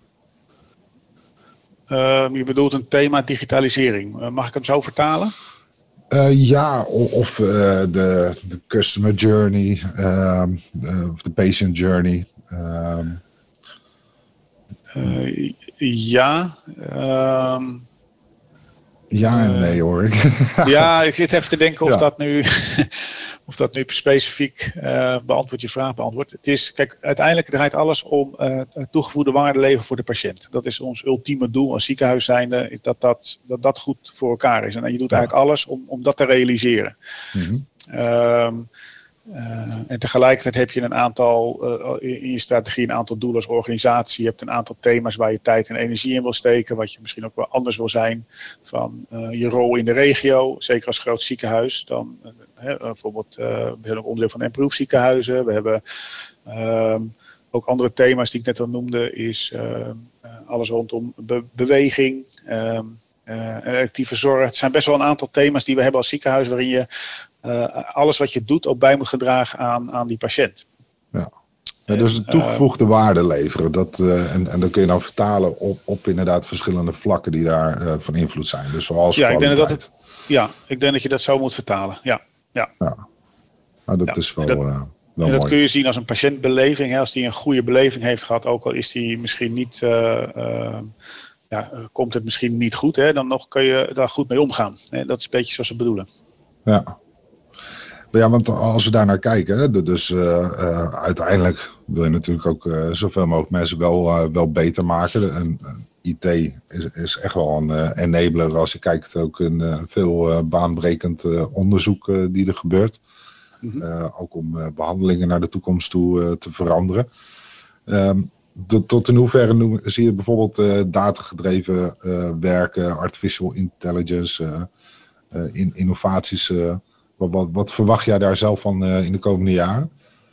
Uh, je bedoelt een thema digitalisering. Uh, mag ik hem zo vertalen? Uh, ja, of, of uh, de, de customer journey, uh, de, of de patient journey. Uh, uh, ja. Um, ja en uh, nee hoor ik. Ja, ik zit even te denken of ja. dat nu... Of dat nu specifiek uh, beantwoord je vraag beantwoordt. Het is, kijk, uiteindelijk draait alles om uh, toegevoegde waarde leveren voor de patiënt. Dat is ons ultieme doel als ziekenhuis zijnde, dat dat, dat dat goed voor elkaar is. En je doet ja. eigenlijk alles om, om dat te realiseren. Mm-hmm. Um, uh, en tegelijkertijd heb je een aantal, uh, in je strategie een aantal doelen als organisatie. Je hebt een aantal thema's waar je tijd en energie in wil steken. Wat je misschien ook wel anders wil zijn van uh, je rol in de regio. Zeker als groot ziekenhuis. Dan, uh, he, bijvoorbeeld, uh, we zijn ook onderdeel van de Improve ziekenhuizen. We hebben um, ook andere thema's die ik net al noemde. Is uh, uh, alles rondom be- beweging. Um, uh, actieve zorg. Het zijn best wel een aantal thema's die we hebben als ziekenhuis. Waarin je Uh, alles wat je doet ook bij moet gedragen aan, aan die patiënt. Ja. Ja, dus een toegevoegde uh, waarde leveren. Dat, uh, en, en dat kun je dan vertalen op, op inderdaad verschillende vlakken die daar uh, van invloed zijn. Dus zoals ja, kwaliteit. Ik denk dat het, ja, ik denk dat je dat zo moet vertalen. Ja, ja. ja. Nou, dat ja. is wel, dat, uh, wel en mooi. Dat kun je zien als een patiëntbeleving. Hè, als die een goede beleving heeft gehad, ook al is die misschien niet... Uh, uh, ja, uh, komt het misschien niet goed, hè, dan nog kun je daar goed mee omgaan. Hè, dat is een beetje zoals ze bedoelen. Ja. Ja, want als we daar naar kijken, dus uh, uh, uiteindelijk wil je natuurlijk ook uh, zoveel mogelijk mensen wel, uh, wel beter maken. En uh, I T is, is echt wel een uh, enabler als je kijkt ook in uh, veel uh, baanbrekend uh, onderzoek uh, die er gebeurt. Mm-hmm. Uh, ook om uh, behandelingen naar de toekomst toe uh, te veranderen. Um, de, tot in hoeverre noem, zie je bijvoorbeeld uh, datagedreven uh, werken, artificial intelligence, uh, uh, in, innovaties... Uh, Wat, wat, wat verwacht jij daar zelf van uh, in de komende jaren?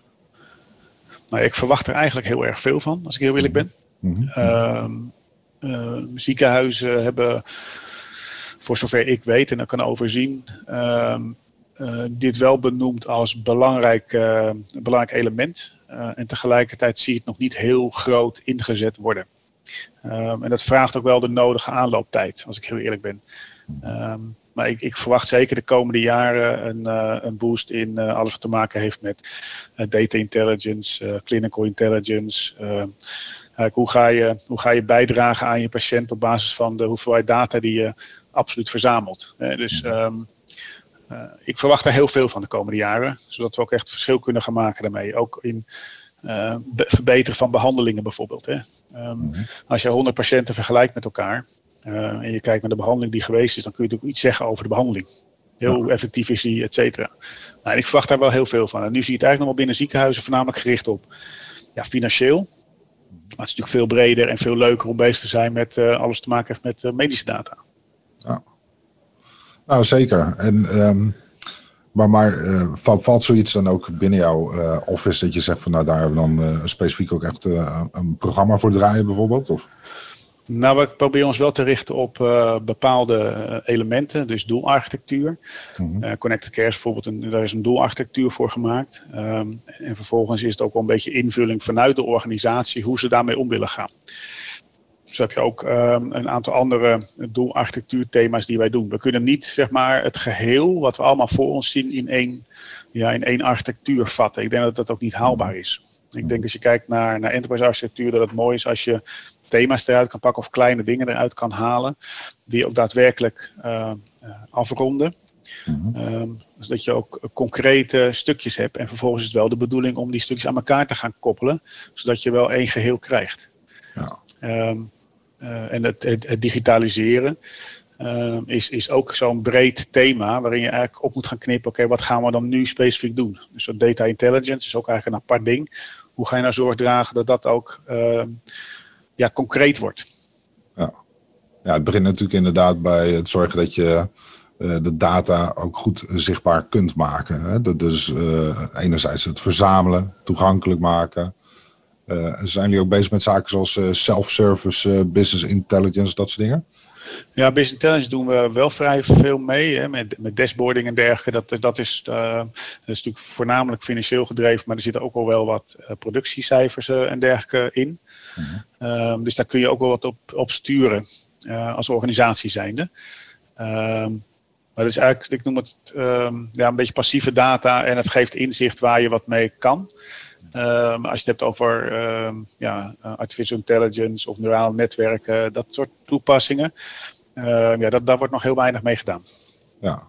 Nou, ik verwacht er eigenlijk heel erg veel van, als ik heel eerlijk ben. Mm-hmm. Uh, uh, ziekenhuizen hebben, voor zover ik weet en dat kan overzien, uh, uh, dit wel benoemd als belangrijk, uh, een belangrijk element. Uh, en tegelijkertijd zie je het nog niet heel groot ingezet worden. Uh, en dat vraagt ook wel de nodige aanlooptijd, als ik heel eerlijk ben. Uh, Maar ik, ik verwacht zeker de komende jaren een, uh, een boost in uh, alles wat te maken heeft met uh, data intelligence, uh, clinical intelligence. Uh, uh, hoe, ga je, hoe ga je bijdragen aan je patiënt op basis van de hoeveelheid data die je absoluut verzamelt. Uh, dus um, uh, ik verwacht er heel veel van de komende jaren, zodat we ook echt verschil kunnen gaan maken daarmee. Ook in uh, be- verbeteren van behandelingen bijvoorbeeld. Hè. Um, als je honderd patiënten vergelijkt met elkaar, Uh, en je kijkt naar de behandeling die geweest is, dan kun je natuurlijk iets zeggen over de behandeling. Heel ja. effectief is die, et cetera. Nou, en ik verwacht daar wel heel veel van. En nu zie je het eigenlijk nog wel binnen ziekenhuizen voornamelijk gericht op ja, financieel. Maar het is natuurlijk veel breder en veel leuker om bezig te zijn met uh, alles te maken heeft met uh, medische data. Ja. Nou, zeker. En, um, maar maar uh, valt, valt zoiets dan ook binnen jouw uh, office dat je zegt van nou daar hebben we dan uh, specifiek ook echt uh, een programma voor draaien bijvoorbeeld? Of? Nou, we proberen ons wel te richten op uh, bepaalde uh, elementen, dus doelarchitectuur. Mm-hmm. Uh, Connected Care is bijvoorbeeld, een, daar is een doelarchitectuur voor gemaakt. Um, en vervolgens is het ook wel een beetje invulling vanuit de organisatie hoe ze daarmee om willen gaan. Zo heb je ook um, een aantal andere doelarchitectuurthema's die wij doen. We kunnen niet, zeg maar, het geheel wat we allemaal voor ons zien in één, ja, in één architectuur vatten. Ik denk dat dat ook niet haalbaar is. Ik denk als je kijkt naar, naar enterprise architectuur, dat het mooi is als je thema's eruit kan pakken of kleine dingen eruit kan halen, die ook daadwerkelijk uh, uh, afronden. Mm-hmm. Um, zodat je ook concrete stukjes hebt. En vervolgens is het wel de bedoeling om die stukjes aan elkaar te gaan koppelen, zodat je wel één geheel krijgt. Ja. Um, uh, en het, het, het digitaliseren uh, is, is ook zo'n breed thema waarin je eigenlijk op moet gaan knippen. Oké, okay, wat gaan we dan nu specifiek doen? Dus zo data intelligence is ook eigenlijk een apart ding. Hoe ga je nou zorg dragen dat dat ook uh, ja, concreet wordt? Ja. ja, het begint natuurlijk inderdaad bij het zorgen dat je uh, de data ook goed uh, zichtbaar kunt maken. Hè? Dus uh, enerzijds het verzamelen, toegankelijk maken. Uh, zijn jullie ook bezig met zaken zoals uh, self-service, uh, business intelligence, dat soort dingen? Ja, business intelligence doen we wel vrij veel mee, hè, met, met dashboarding en dergelijke. Dat, dat, is, uh, dat is natuurlijk voornamelijk financieel gedreven, maar er zitten ook al wel wat uh, productiecijfers uh, en dergelijke in. Mm-hmm. Um, dus daar kun je ook wel wat op, op sturen uh, als organisatie zijnde. Um, maar dat is eigenlijk, ik noem het um, ja, een beetje passieve data en het geeft inzicht waar je wat mee kan. Um, als je het hebt over um, ja, artificial intelligence of neurale netwerken, dat soort toepassingen, uh, ja, dat, daar wordt nog heel weinig mee gedaan. Ja,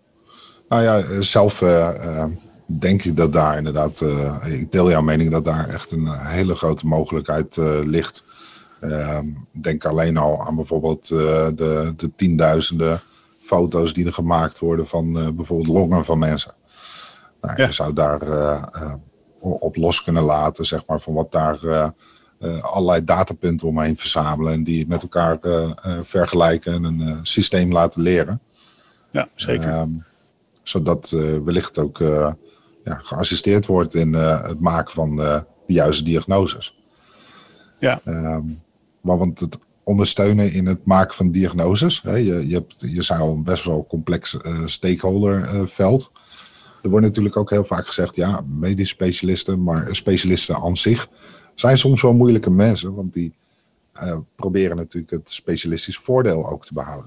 nou ja, zelf uh, uh, denk ik dat daar inderdaad, uh, ik deel jouw mening dat daar echt een hele grote mogelijkheid uh, ligt. Uh, denk alleen al aan bijvoorbeeld uh, de, de tienduizenden foto's die er gemaakt worden van uh, bijvoorbeeld longen van mensen. Nou, ja. Je zou daar uh, uh, op los kunnen laten, zeg maar, van wat daar uh, uh, allerlei datapunten omheen verzamelen en die met elkaar uh, uh, vergelijken en een uh, systeem laten leren. Ja, zeker. Uh, zodat uh, wellicht ook uh, ja, geassisteerd wordt in uh, het maken van uh, de juiste diagnoses. Ja. Uh, maar want het ondersteunen in het maken van diagnoses, hè, je, je, hebt, je zei al een best wel complex uh, stakeholderveld. Uh, Er wordt natuurlijk ook heel vaak gezegd, ja, medisch specialisten, maar specialisten aan zich zijn soms wel moeilijke mensen, want die uh, proberen natuurlijk het specialistisch voordeel ook te behouden.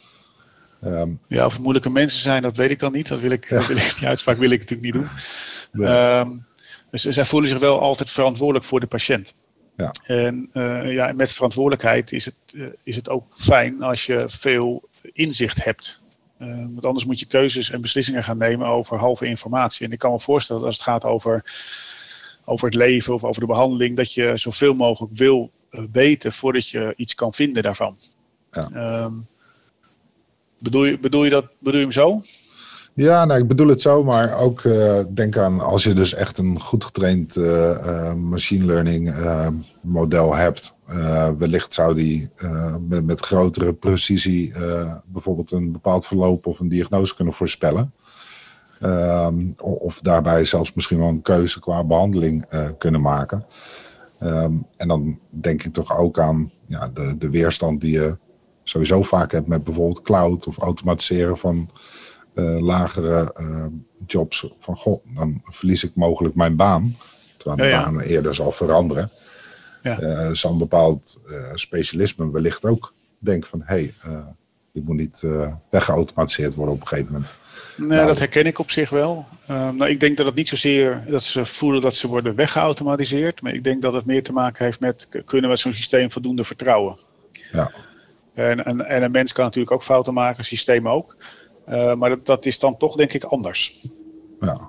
Um, ja, of het moeilijke mensen zijn, dat weet ik dan niet. Dat wil ik, ja. dat wil ik die uitspraak wil ik natuurlijk niet doen. Ja. Um, dus zij voelen zich wel altijd verantwoordelijk voor de patiënt. Ja. En uh, ja, met verantwoordelijkheid is het, uh, is het ook fijn als je veel inzicht hebt. Uh, want anders moet je keuzes en beslissingen gaan nemen over halve informatie. En ik kan me voorstellen dat als het gaat over, over het leven of over de behandeling, dat je zoveel mogelijk wil uh, weten voordat je iets kan vinden daarvan. Ja. Um, bedoel, je, bedoel, je dat, bedoel je hem zo? Ja, nou, ik bedoel het zo, maar ook uh, denk aan als je dus echt een goed getraind uh, uh, machine learning uh, model hebt. Uh, wellicht zou die uh, met, met grotere precisie uh, bijvoorbeeld een bepaald verloop of een diagnose kunnen voorspellen. Uh, of daarbij zelfs misschien wel een keuze qua behandeling uh, kunnen maken. Um, en dan denk ik toch ook aan ja, de, de weerstand die je sowieso vaak hebt met bijvoorbeeld cloud of automatiseren van Uh, lagere uh, jobs. Van goh, dan verlies ik mogelijk mijn baan. Terwijl de ja, ja. baan eerder zal veranderen. Ja. Uh, zal een bepaald uh, specialisme wellicht ook denken van hé, hey, uh, ik moet niet uh, weggeautomatiseerd worden op een gegeven moment. Nee, nou, dat herken ik op zich wel. Uh, nou, ik denk dat het niet zozeer dat ze voelen dat ze worden weggeautomatiseerd. Maar ik denk dat het meer te maken heeft met kunnen we zo'n systeem voldoende vertrouwen. Ja. En, en, en een mens kan natuurlijk ook fouten maken, een systeem ook. Uh, maar dat, dat is dan toch denk ik anders. Ja.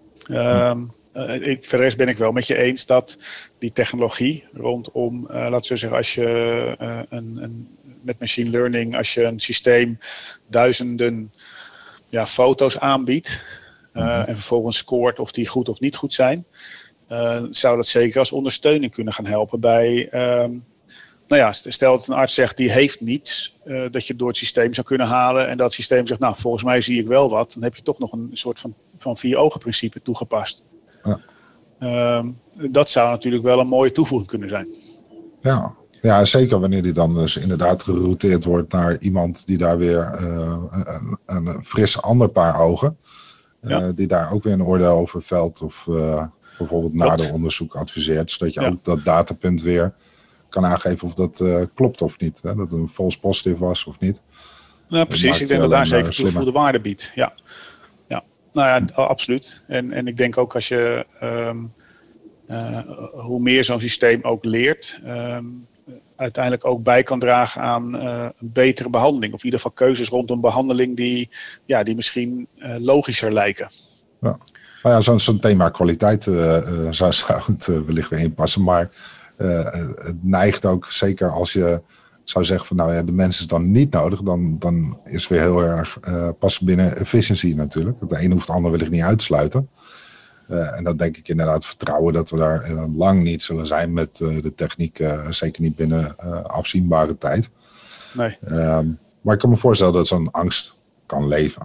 Um, uh, ik, voor de rest ben ik wel met je eens dat die technologie rondom, uh, laten we zeggen, als je uh, een, een, met machine learning, als je een systeem duizenden ja, foto's aanbiedt uh, mm-hmm. en vervolgens scoort of die goed of niet goed zijn, uh, zou dat zeker als ondersteuning kunnen gaan helpen bij Um, Nou ja, stel dat een arts zegt die heeft niets, uh, dat je door het systeem zou kunnen halen en dat het systeem zegt, nou volgens mij zie ik wel wat, dan heb je toch nog een soort van, van vier ogen principe toegepast. Ja. Um, dat zou natuurlijk wel een mooie toevoeging kunnen zijn. Ja, Ja, zeker wanneer die dan dus inderdaad gerouteerd wordt naar iemand die daar weer uh, een, een fris ander paar ogen, uh, ja. die daar ook weer een oordeel over velt of uh, bijvoorbeeld naderonderzoek adviseert, zodat je ja. ook dat datapunt weer kan aangeven of dat uh, klopt of niet. Hè? Dat het een false positive was of niet. Nou, precies. Ik denk dat daar zeker toegevoegde waarde biedt. Ja. ja, nou ja, absoluut. En, en ik denk ook als je um, uh, hoe meer zo'n systeem ook leert, um, uiteindelijk ook bij kan dragen aan uh, een betere behandeling. Of in ieder geval keuzes rondom behandeling die, ja, die misschien uh, logischer lijken. Ja. Nou ja, zo'n, zo'n thema kwaliteit uh, uh, zou, zou het uh, wellicht weer inpassen. Maar uh, het neigt ook, zeker als je zou zeggen van nou ja, de mensen is dan niet nodig. Dan, dan is weer heel erg uh, pas binnen efficiëntie natuurlijk. De een hoeft de ander wellicht niet uit te sluiten. Uh, en dan denk ik inderdaad vertrouwen dat we daar uh, lang niet zullen zijn met uh, de techniek. Uh, zeker niet binnen uh, afzienbare tijd. Nee. Uh, maar ik kan me voorstellen dat zo'n angst kan leven.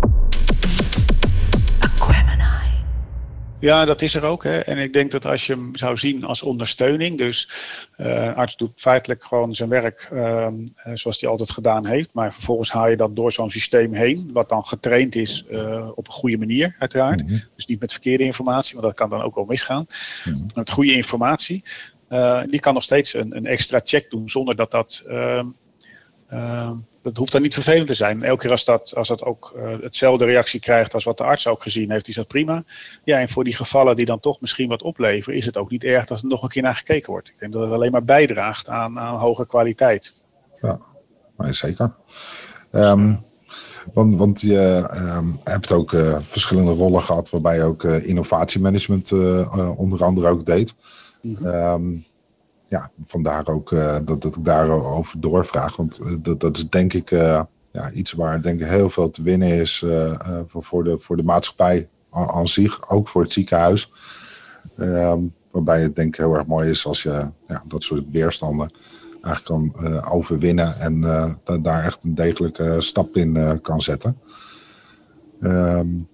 Ja, dat is er ook. Hè. En ik denk dat als je hem zou zien als ondersteuning. Dus uh, een arts doet feitelijk gewoon zijn werk uh, zoals hij altijd gedaan heeft. Maar vervolgens haal je dat door zo'n systeem heen. Wat dan getraind is uh, op een goede manier uiteraard. Mm-hmm. Dus niet met verkeerde informatie, want dat kan dan ook wel misgaan. Mm-hmm. Met goede informatie. Uh, die kan nog steeds een, een extra check doen zonder dat dat... Uh, uh, Dat hoeft dan niet vervelend te zijn. Elke keer als dat, als dat ook uh, hetzelfde reactie krijgt als wat de arts ook gezien heeft, is dat prima. Ja, en voor die gevallen die dan toch misschien wat opleveren, is het ook niet erg dat er nog een keer naar gekeken wordt. Ik denk dat het alleen maar bijdraagt aan, aan hoge kwaliteit. Ja, maar zeker. Um, want, want je um, hebt ook uh, verschillende rollen gehad waarbij je ook uh, innovatiemanagement uh, uh, onder andere ook deed. Mm-hmm. Um, Ja, vandaar ook uh, dat, dat ik daarover doorvraag. Want uh, dat, dat is denk ik uh, ja, iets waar denk ik heel veel te winnen is uh, uh, voor, de, voor de maatschappij aan, aan zich. Ook voor het ziekenhuis. Uh, waarbij het denk ik heel erg mooi is als je ja, dat soort weerstanden eigenlijk kan uh, overwinnen. En uh, da- daar echt een degelijke stap in uh, kan zetten. Um,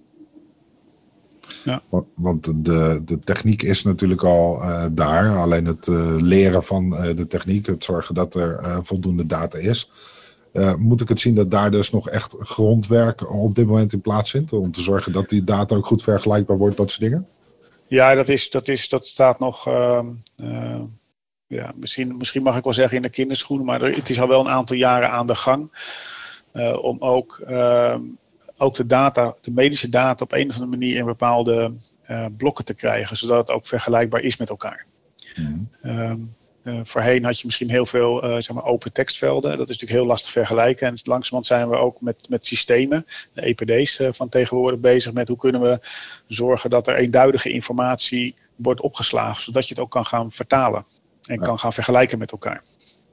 Ja. Want de, de techniek is natuurlijk al uh, daar. Alleen het uh, leren van uh, de techniek, het zorgen dat er uh, voldoende data is. Uh, moet ik het zien dat daar dus nog echt grondwerk op dit moment in plaatsvindt? Om te zorgen dat die data ook goed vergelijkbaar wordt, dat soort dingen? Ja, dat, is, dat, is, dat staat nog... Uh, uh, ja, misschien, misschien mag ik wel zeggen in de kinderschoenen. Maar er, het is al wel een aantal jaren aan de gang. Uh, om ook... Uh, ook de data, de medische data op een of andere manier in bepaalde uh, blokken te krijgen, zodat het ook vergelijkbaar is met elkaar. Mm. Um, uh, voorheen had je misschien heel veel uh, zeg maar open tekstvelden. Dat is natuurlijk heel lastig vergelijken. En langzamerhand zijn we ook met, met systemen, de E P D's uh, van tegenwoordig bezig met hoe kunnen we zorgen dat er eenduidige informatie wordt opgeslagen, zodat je het ook kan gaan vertalen en ja. kan gaan vergelijken met elkaar.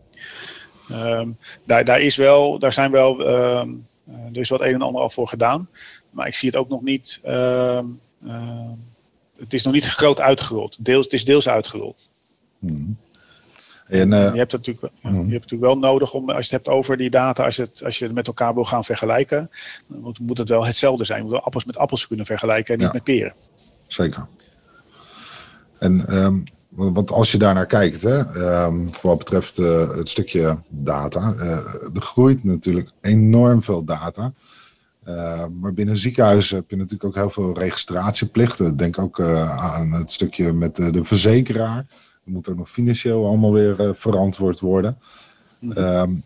Um, daar, daar, is wel, daar zijn wel... Um, Uh, er is wat een en ander al voor gedaan. Maar ik zie het ook nog niet... Uh, uh, het is nog niet groot uitgerold. Deels, het is deels uitgerold. Hmm. En, uh, je, hebt het natuurlijk, hmm. je hebt het natuurlijk wel nodig om, als je het hebt over die data, als je het, als je het met elkaar wil gaan vergelijken, dan moet, moet het wel hetzelfde zijn. Je moet wel appels met appels kunnen vergelijken en niet ja. met peren. Zeker. En... Um... Want als je daar naar kijkt, hè, um, voor wat betreft uh, het stukje data, uh, er groeit natuurlijk enorm veel data. Uh, maar binnen ziekenhuizen heb je natuurlijk ook heel veel registratieplichten. Denk ook uh, aan het stukje met uh, de verzekeraar. Er moet ook nog financieel allemaal weer uh, verantwoord worden. Um,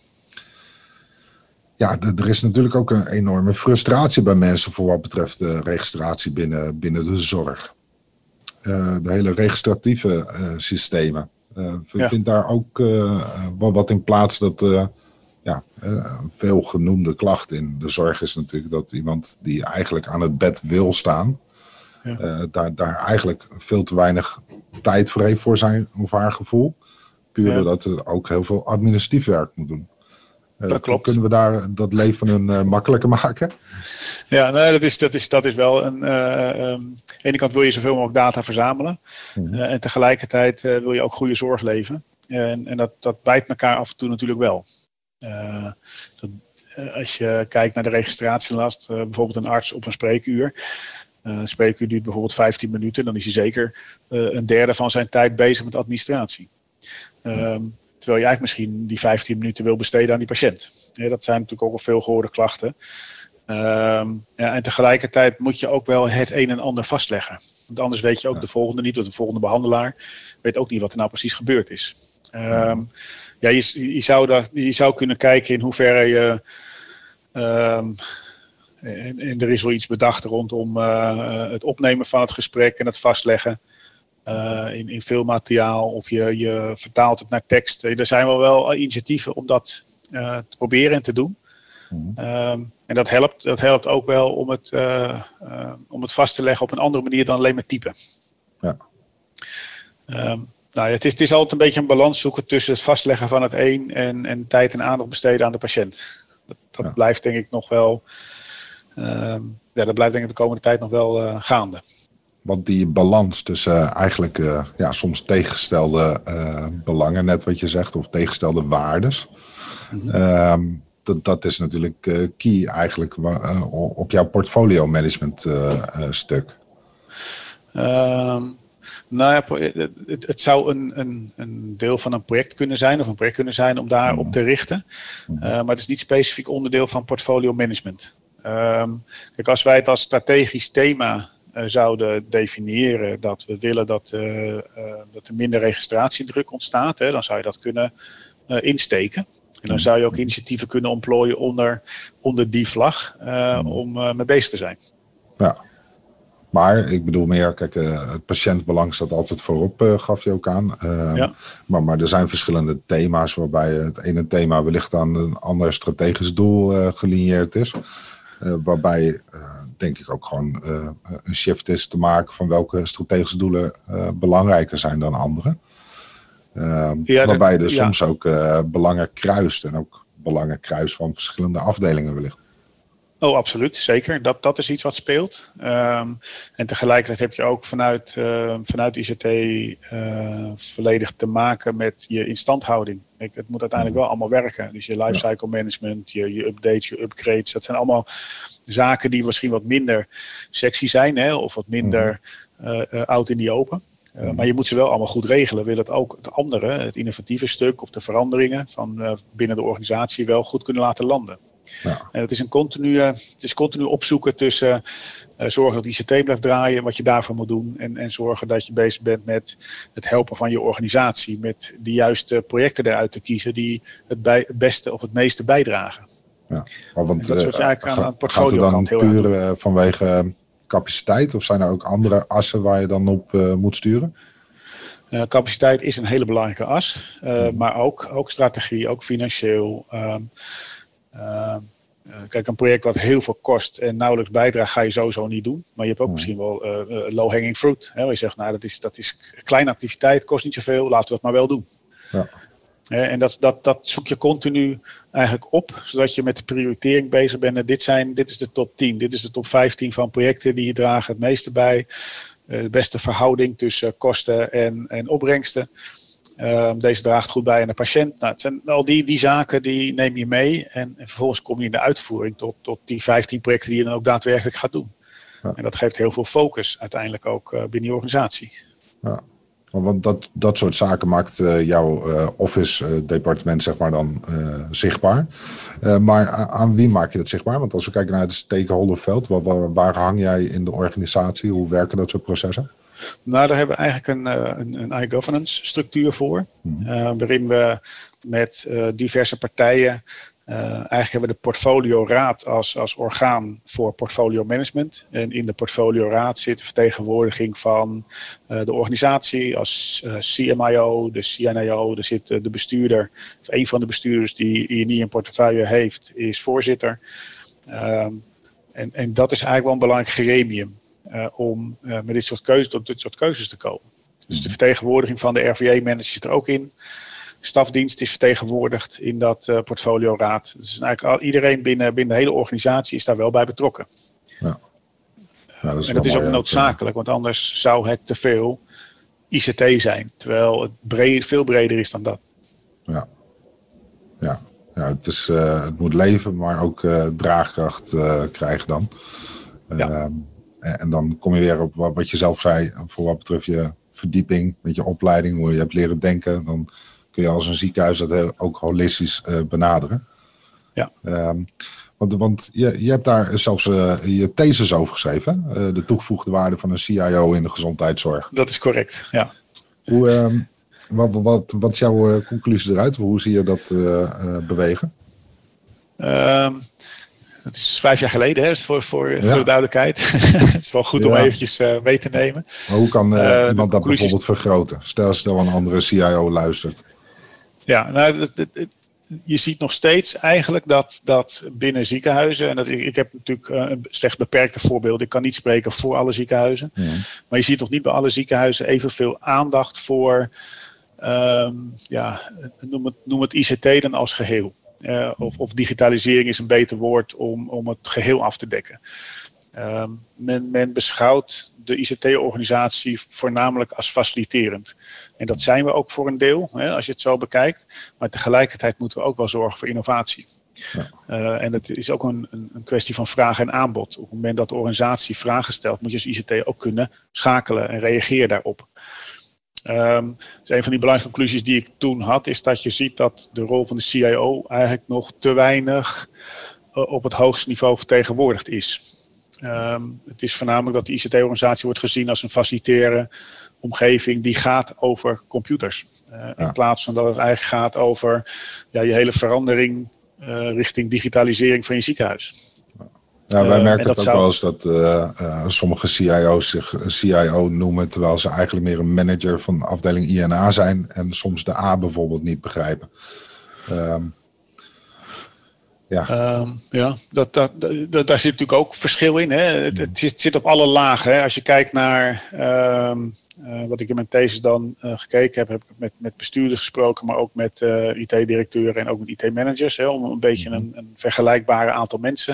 ja, d- er is natuurlijk ook een enorme frustratie bij mensen voor wat betreft de registratie binnen, binnen de zorg. Uh, de hele registratieve uh, systemen. Uh, ja. Vindt daar ook uh, wel wat in plaats dat uh, ja, uh, veel genoemde klacht in de zorg is natuurlijk dat iemand die eigenlijk aan het bed wil staan, ja. uh, daar, daar eigenlijk veel te weinig tijd voor heeft voor zijn of haar gevoel. Puur ja. doordat er ook heel veel administratief werk moet doen. Uh, dat klopt. Kunnen we daar dat leven een uh, makkelijker maken? Ja, nee, dat, is, dat, is, dat is wel een... Uh, um, aan de ene kant wil je zoveel mogelijk data verzamelen. Mm-hmm. Uh, en tegelijkertijd uh, wil je ook goede zorg leveren. Uh, en en dat, dat bijt elkaar af en toe natuurlijk wel. Uh, dat, uh, als je kijkt naar de registratielast, uh, bijvoorbeeld een arts op een spreekuur. Uh, een spreekuur duurt bijvoorbeeld vijftien minuten. Dan is hij zeker uh, een derde van zijn tijd bezig met administratie. Um, terwijl je eigenlijk misschien die vijftien minuten wil besteden aan die patiënt. Ja, dat zijn natuurlijk ook al veel gehoorde klachten. Um, ja, en tegelijkertijd moet je ook wel het een en ander vastleggen. Want anders weet je ook ja. de volgende niet, of de volgende behandelaar weet ook niet wat er nou precies gebeurd is. Um, ja, je, je, zou daar, je zou kunnen kijken in hoeverre je... Um, en, en er is wel iets bedacht rondom uh, het opnemen van het gesprek en het vastleggen. Uh, in, in veel materiaal of je, je vertaalt het naar tekst. Er zijn wel wel initiatieven om dat uh, te proberen en te doen. Mm-hmm. Um, en dat helpt, dat helpt ook wel om het, uh, uh, om het vast te leggen op een andere manier dan alleen maar typen. Ja. Um, nou, het, is, het is altijd een beetje een balans zoeken tussen het vastleggen van het een en, en tijd en aandacht besteden aan de patiënt. Dat, dat ja. blijft denk ik nog wel, um, ja, dat blijft denk ik de komende tijd nog wel uh, gaande. Want die balans tussen uh, eigenlijk uh, ja, soms tegengestelde uh, belangen, net wat je zegt, of tegengestelde waardes. Mm-hmm. Um, dat, dat is natuurlijk uh, key eigenlijk uh, op jouw portfolio management uh, uh, stuk. Um, nou ja, het, het zou een, een, een deel van een project kunnen zijn, of een project kunnen zijn om daar mm-hmm. op te richten. Mm-hmm. Uh, maar het is niet specifiek onderdeel van portfolio management. Um, kijk, als wij het als strategisch thema Uh, zouden definiëren dat we willen dat, uh, uh, dat er minder registratiedruk ontstaat, hè, dan zou je dat kunnen uh, insteken. En dan zou je ook initiatieven kunnen ontplooien onder, onder die vlag uh, om uh, mee bezig te zijn. Ja, maar ik bedoel meer, kijk, uh, het patiëntbelang staat altijd voorop, uh, gaf je ook aan. Uh, ja. maar, maar er zijn verschillende thema's waarbij het ene thema wellicht aan een ander strategisch doel uh, gelineerd is. Uh, waarbij uh, denk ik ook gewoon uh, een shift is te maken van welke strategische doelen uh, belangrijker zijn dan andere. Uh, ja, waarbij er ja. soms ook uh, belangen kruist en ook belangen kruist van verschillende afdelingen wellicht. Oh, absoluut. Zeker. Dat, dat is iets wat speelt. Um, en tegelijkertijd heb je ook vanuit, uh, vanuit I C T uh, volledig te maken met je instandhouding. Ik, het moet uiteindelijk wel allemaal werken. Dus je lifecycle management, je, je updates, je upgrades. Dat zijn allemaal zaken die misschien wat minder sexy zijn, hè, of wat minder uh, uh, oud in die open. Uh, maar je moet ze wel allemaal goed regelen. Wil het ook het andere, het innovatieve stuk of de veranderingen van uh, binnen de organisatie wel goed kunnen laten landen. Ja. En het is een continu, het is continu opzoeken tussen uh, zorgen dat I C T blijft draaien, wat je daarvoor moet doen. En, en zorgen dat je bezig bent met het helpen van je organisatie. Met de juiste projecten eruit te kiezen die het, bij, het beste of het meeste bijdragen. Ja. Maar want, en dat is wat je eigenlijk uh, aan, aan het portfolio gaat het dan heel puur uh, vanwege capaciteit? Of zijn er ook andere assen waar je dan op uh, moet sturen? Uh, capaciteit is een hele belangrijke as. Uh, hmm. Maar ook, ook strategie, ook financieel. Uh, Uh, uh, kijk, een project wat heel veel kost en nauwelijks bijdraagt, ga je sowieso niet doen. Maar je hebt ook hmm. misschien wel uh, uh, low-hanging fruit. Hè, waar je zegt, nou, dat is, dat is een kleine activiteit, kost niet zoveel, laten we dat maar wel doen. Ja. Uh, en dat, dat, dat zoek je continu eigenlijk op, zodat je met de prioritering bezig bent. En dit, zijn, dit is de top tien, dit is de top vijftien van projecten die hier dragen het meeste bij. Uh, de beste verhouding tussen kosten en, en opbrengsten. Uh, deze draagt goed bij aan de patiënt. Nou, het zijn al die, die zaken die neem je mee. En, en vervolgens kom je in de uitvoering tot, tot die vijftien projecten die je dan ook daadwerkelijk gaat doen. Ja. En dat geeft heel veel focus uiteindelijk ook uh, binnen je organisatie. Ja. Want dat, dat soort zaken maakt uh, jouw uh, office uh, departement zeg maar dan uh, zichtbaar. Uh, maar aan wie maak je dat zichtbaar? Want als we kijken naar het stakeholderveld, waar, waar, waar hang jij in de organisatie? Hoe werken dat soort processen? Nou, daar hebben we eigenlijk een, een, een iGovernance structuur voor. Mm-hmm. Uh, waarin we met uh, diverse partijen... Uh, eigenlijk hebben we de portfolioraad als, als orgaan voor portfolio management. En in de portfolioraad zit de vertegenwoordiging van uh, de organisatie als uh, C M I O, de C N I O. Er zit uh, de bestuurder, of een van de bestuurders die I N I een portefeuille heeft, is voorzitter. Um, en, en dat is eigenlijk wel een belangrijk gremium. Uh, om uh, met dit soort, keuzes, tot dit soort keuzes te komen. Dus de vertegenwoordiging van de R V A-manager zit er ook in. Stafdienst is vertegenwoordigd in dat uh, portfolioraad. Dus eigenlijk al, iedereen binnen, binnen de hele organisatie is daar wel bij betrokken. Ja. Ja, dat is en dat is ook noodzakelijk, want anders zou het te veel I C T zijn. Terwijl het breed, veel breder is dan dat. Ja, ja. ja het, is, uh, het moet leven, maar ook uh, draagkracht uh, krijgen dan. Ja. Uh, En dan kom je weer op wat je zelf zei, voor wat betreft je verdieping met je opleiding, hoe je hebt leren denken. Dan kun je als een ziekenhuis dat heel, ook holistisch uh, benaderen. Ja. Um, want want je, je hebt daar zelfs uh, je thesis over geschreven. Uh, de toegevoegde waarde van een C I O in de gezondheidszorg. Dat is correct, ja. Hoe, um, wat, wat, wat is jouw uh, conclusie eruit? Hoe zie je dat uh, uh, bewegen? Um, Het is vijf jaar geleden, hè, dus voor, voor, ja. voor de duidelijkheid. Het is wel goed ja. om eventjes uh, mee te nemen. Maar hoe kan uh, uh, iemand dat bijvoorbeeld vergroten? Stel, stel een andere C I O luistert. Ja, nou, het, het, het, je ziet nog steeds eigenlijk dat, dat binnen ziekenhuizen... en dat, ik, ik heb natuurlijk uh, een slecht beperkte voorbeeld. Ik kan niet spreken voor alle ziekenhuizen. Ja. Maar je ziet nog niet bij alle ziekenhuizen evenveel aandacht voor... Um, ja, noem het, noem het I C T dan als geheel. Uh, of, of digitalisering is een beter woord om, om het geheel af te dekken. Uh, men, men beschouwt de I C T-organisatie voornamelijk als faciliterend. En dat zijn we ook voor een deel, hè, als je het zo bekijkt. Maar tegelijkertijd moeten we ook wel zorgen voor innovatie. Ja. Uh, en het is ook een, een kwestie van vraag en aanbod. Op het moment dat de organisatie vragen stelt, moet je als I C T ook kunnen schakelen en reageren daarop. Um, dus een van die belangrijke conclusies die ik toen had, is dat je ziet dat de rol van de C I O eigenlijk nog te weinig uh, op het hoogste niveau vertegenwoordigd is. Um, het is voornamelijk dat de I C T-organisatie wordt gezien als een facilitaire omgeving die gaat over computers. Uh, ja. In plaats van dat het eigenlijk gaat over ja, je hele verandering uh, richting digitalisering van je ziekenhuis. Ja, wij merken uh, het ook zou... wel eens dat uh, uh, sommige C I O's zich C I O noemen, terwijl ze eigenlijk meer een manager van afdeling I N A zijn en soms de A bijvoorbeeld niet begrijpen. Um, ja, um, ja dat, dat, dat, daar zit natuurlijk ook verschil in. Hè? Het, het, zit, het zit op alle lagen. Hè? Als je kijkt naar um, uh, wat ik in mijn thesis dan uh, gekeken heb, heb ik met, met bestuurders gesproken, maar ook met uh, I T-directeuren en ook met I T-managers, hè, om een beetje een, een vergelijkbare aantal mensen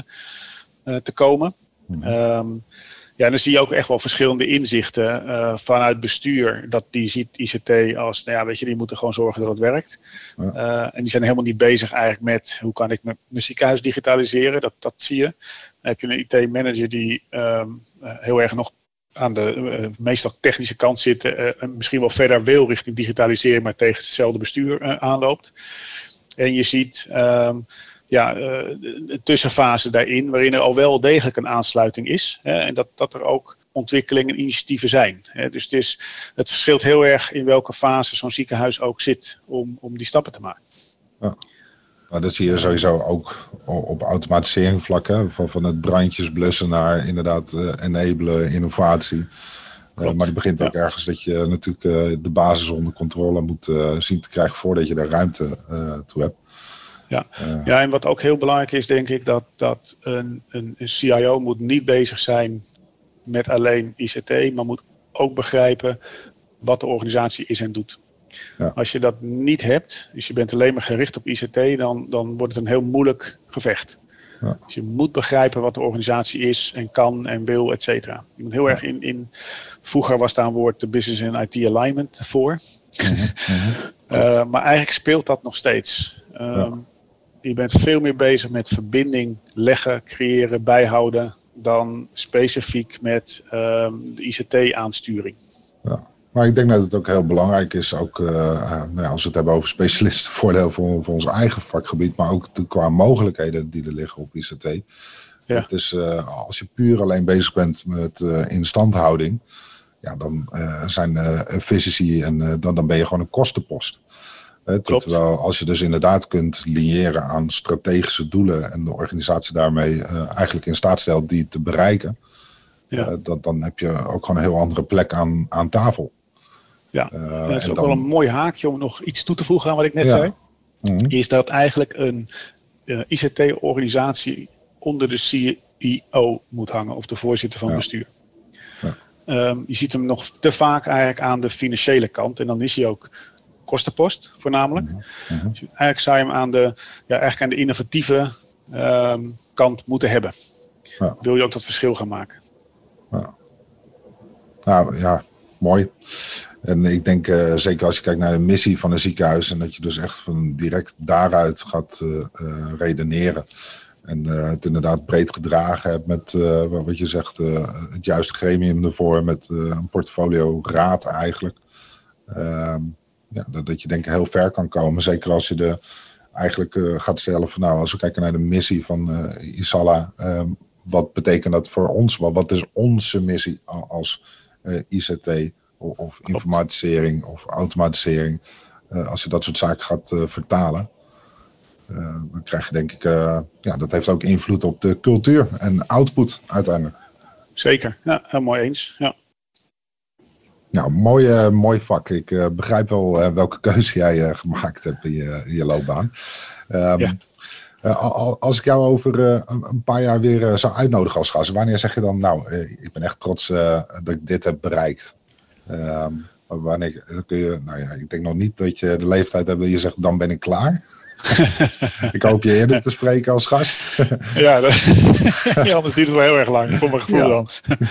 te komen. Mm-hmm. Um, ja, dan zie je ook echt wel verschillende inzichten uh, vanuit bestuur. Dat die ziet I C T als, nou ja, weet je, die moeten gewoon zorgen dat het werkt. Ja. Uh, en die zijn helemaal niet bezig eigenlijk met hoe kan ik mijn ziekenhuis digitaliseren. Dat, dat zie je. Dan heb je een I T-manager die um, uh, heel erg nog aan de uh, meestal technische kant zit. Uh, misschien wel verder wil richting digitaliseren, maar tegen hetzelfde bestuur uh, aanloopt. En je ziet... Um, Ja, uh, tussenfase daarin, waarin er al wel degelijk een aansluiting is. Hè, en dat, dat er ook ontwikkelingen en initiatieven zijn. Hè. Dus het, is, het verschilt heel erg in welke fase zo'n ziekenhuis ook zit om, om die stappen te maken. Ja. Nou, dat zie je sowieso ook op automatisering vlakken. Van, van het brandjes blussen naar inderdaad uh, enabelen, innovatie. Uh, maar het begint ook ja. ergens dat je natuurlijk uh, de basis onder controle moet uh, zien te krijgen voordat je daar ruimte uh, toe hebt. Ja. Uh. ja, en wat ook heel belangrijk is, denk ik, dat, dat een, een, een C I O moet niet bezig zijn met alleen I C T, maar moet ook begrijpen wat de organisatie is en doet. Ja. Als je dat niet hebt, dus je bent alleen maar gericht op I C T, dan, dan wordt het een heel moeilijk gevecht. Ja. Dus je moet begrijpen wat de organisatie is en kan en wil, et cetera. Je moet heel ja. erg in, in... Vroeger was daar een woord de business en I T alignment voor. Mm-hmm. Mm-hmm. uh, maar eigenlijk speelt dat nog steeds. Um, ja. Je bent veel meer bezig met verbinding leggen, creëren, bijhouden dan specifiek met um, de I C T-aansturing. Ja. Maar ik denk dat het ook heel belangrijk is, ook uh, uh, nou ja, als we het hebben over specialisten, voordeel voor, voor ons eigen vakgebied, maar ook de, qua mogelijkheden die er liggen op I C T. Ja. Het is, uh, als je puur alleen bezig bent met uh, instandhouding, ja, dan uh, zijn uh, efficiëntie en uh, dan, dan ben je gewoon een kostenpost. He, terwijl als je dus inderdaad kunt liëren aan strategische doelen en de organisatie daarmee uh, eigenlijk in staat stelt die te bereiken, ja. uh, dat, dan heb je ook gewoon een heel andere plek aan, aan tafel. Ja, uh, ja dat is ook dan... wel een mooi haakje om nog iets toe te voegen aan wat ik net ja. zei. Mm-hmm. Is dat eigenlijk een uh, I C T-organisatie onder de C I O moet hangen of de voorzitter van ja. bestuur. Ja. Um, je ziet hem nog te vaak eigenlijk aan de financiële kant en dan is hij ook kostenpost voornamelijk. Mm-hmm. Dus eigenlijk zou je hem aan de, ja, eigenlijk aan de innovatieve um, kant moeten hebben. Ja. Wil je ook dat verschil gaan maken? Ja. Nou ja, mooi. En ik denk uh, zeker als je kijkt naar de missie van een ziekenhuis en dat je dus echt van direct daaruit gaat uh, uh, redeneren. En uh, het inderdaad breed gedragen hebt met uh, wat je zegt, uh, het juiste gremium ervoor met uh, een portfolio raad eigenlijk. Uh, ja, dat, dat je denk ik heel ver kan komen. Zeker als je de eigenlijk uh, gaat stellen van nou, als we kijken naar de missie van uh, Isala, uh, wat betekent dat voor ons? Wat, wat is onze missie als uh, I C T of, of informatisering of automatisering? Uh, als je dat soort zaken gaat uh, vertalen, uh, dan krijg je denk ik, uh, ja, dat heeft ook invloed op de cultuur en output uiteindelijk. Zeker, ja, heel mooi eens. Ja. Nou, mooi, uh, mooi vak. Ik uh, begrijp wel uh, welke keuze jij uh, gemaakt hebt in je, in je loopbaan. Um, ja. uh, als ik jou over uh, een paar jaar weer uh, zou uitnodigen als gast, wanneer zeg je dan, nou, uh, ik ben echt trots uh, dat ik dit heb bereikt? Um, wanneer kun je, nou ja, ik denk nog niet dat je de leeftijd hebt dat je zegt, dan ben ik klaar. Ik hoop je eerder te spreken als gast. Ja, dat, ja, anders duurt het wel heel erg lang, voor mijn gevoel ja. dan.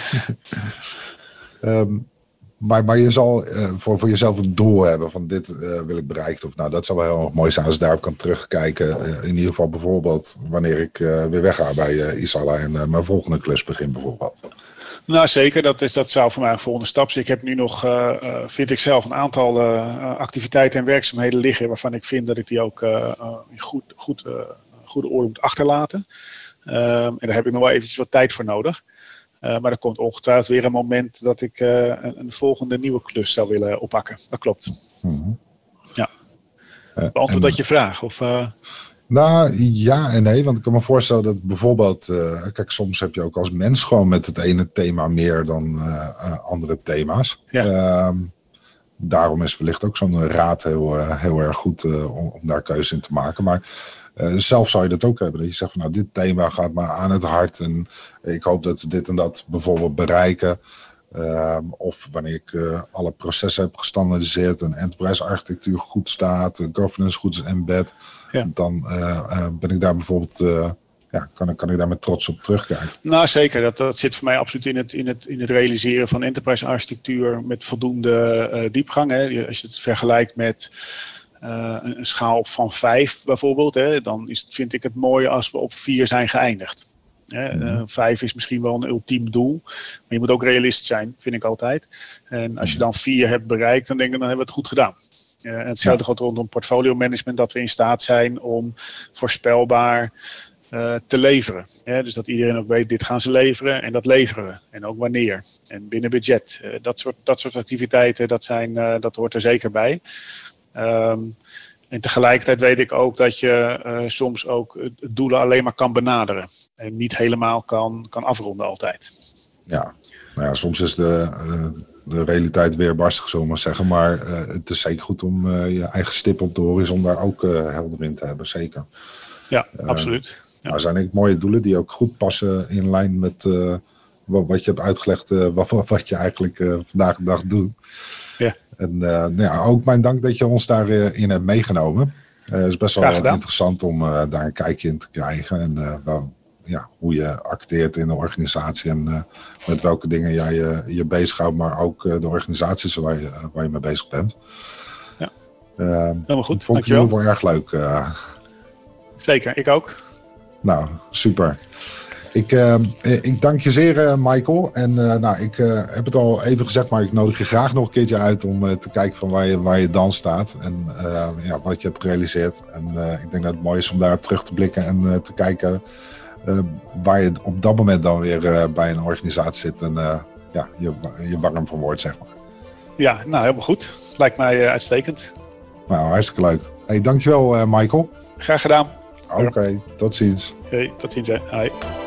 um, Maar, maar je zal uh, voor, voor jezelf een doel hebben van dit uh, wil ik bereikt. Of nou, dat zou wel heel erg mooi zijn als je daarop kan terugkijken. Uh, in ieder geval bijvoorbeeld wanneer ik uh, weer wegga bij uh, Isala en uh, mijn volgende klus begin bijvoorbeeld. Nou zeker, dat, is, dat zou voor mij een volgende stap zijn. Ik heb nu nog, uh, uh, vind ik zelf, een aantal uh, activiteiten en werkzaamheden liggen waarvan ik vind dat ik die ook uh, uh, in goed, goed, uh, goede orde moet achterlaten. Uh, en daar heb ik nog wel eventjes wat tijd voor nodig. Uh, maar er komt ongetwijfeld weer een moment dat ik uh, een, een volgende nieuwe klus zou willen oppakken. Dat klopt. Mm-hmm. Ja. Uh, Beantwoord dat je vraag? Of, uh... Nou, ja en nee. Want ik kan me voorstellen dat bijvoorbeeld... Uh, kijk, soms heb je ook als mens gewoon met het ene thema meer dan uh, uh, andere thema's. Ja. Uh, daarom is wellicht ook zo'n raad heel, uh, heel erg goed uh, om, om daar keuze in te maken. Maar... Uh, zelf zou je dat ook hebben. Dat je zegt van nou, dit thema gaat me aan het hart. En ik hoop dat we dit en dat bijvoorbeeld bereiken. Uh, of wanneer ik uh, alle processen heb gestandaardiseerd. En enterprise architectuur goed staat. Governance goed is embed. Ja. Dan uh, uh, ben ik daar bijvoorbeeld... Uh, ja, kan, kan ik daar met trots op terugkijken. Nou zeker. Dat, dat zit voor mij absoluut in het, in, het, in het realiseren van enterprise architectuur. Met voldoende uh, diepgang. Hè. Als je het vergelijkt met... Uh, een schaal van vijf bijvoorbeeld, hè, dan is het, vind ik het mooi als we op vier zijn geëindigd. Hè. Uh, vijf is misschien wel een ultiem doel, maar je moet ook realist zijn, vind ik altijd. En als je dan vier hebt bereikt, dan denk ik, dan hebben we het goed gedaan. Uh, en hetzelfde ja. gaat rondom portfolio management, dat we in staat zijn om voorspelbaar uh, te leveren. Hè. Dus dat iedereen ook weet, dit gaan ze leveren en dat leveren we. En ook wanneer. En binnen budget. Uh, dat, soort, dat soort activiteiten, dat, zijn, uh, dat hoort er zeker bij. Um, en tegelijkertijd weet ik ook dat je uh, soms ook doelen alleen maar kan benaderen. En niet helemaal kan, kan afronden altijd. Ja, nou ja, soms is de, uh, de realiteit weerbarstig, zullen we maar zeggen. Maar uh, het is zeker goed om uh, je eigen stip op de horizon daar ook uh, helder in te hebben, zeker. Ja, uh, absoluut. Ja. Nou, zijn ook mooie doelen die ook goed passen in lijn met uh, wat, wat je hebt uitgelegd, uh, wat, wat je eigenlijk uh, vandaag de dag doet. Ja. En uh, nou ja, ook mijn dank dat je ons daarin uh, hebt meegenomen. Uh, het is best wel interessant om uh, daar een kijkje in te krijgen. En uh, wel, ja, hoe je acteert in de organisatie. En uh, met welke dingen jij uh, je bezighoudt. Maar ook uh, de organisaties waar je, uh, waar je mee bezig bent. Ja. Uh, Helemaal goed, dat vond ik in ieder geval erg leuk. Uh. Zeker, ik ook. Nou, super. Ik, uh, ik dank je zeer, uh, Michael. En uh, nou, ik uh, heb het al even gezegd, maar ik nodig je graag nog een keertje uit om uh, te kijken van waar je, waar je dan staat. En uh, ja, wat je hebt gerealiseerd. En uh, ik denk dat het mooi is om daarop terug te blikken en uh, te kijken uh, waar je op dat moment dan weer uh, bij een organisatie zit. En uh, ja, je, je warm van wordt, zeg maar. Ja, nou helemaal goed. Lijkt mij uh, uitstekend. Nou, hartstikke leuk. Hey, dankjewel, uh, Michael. Graag gedaan. Oké, okay, tot ziens. Oké, okay, tot ziens. Hè. Hoi.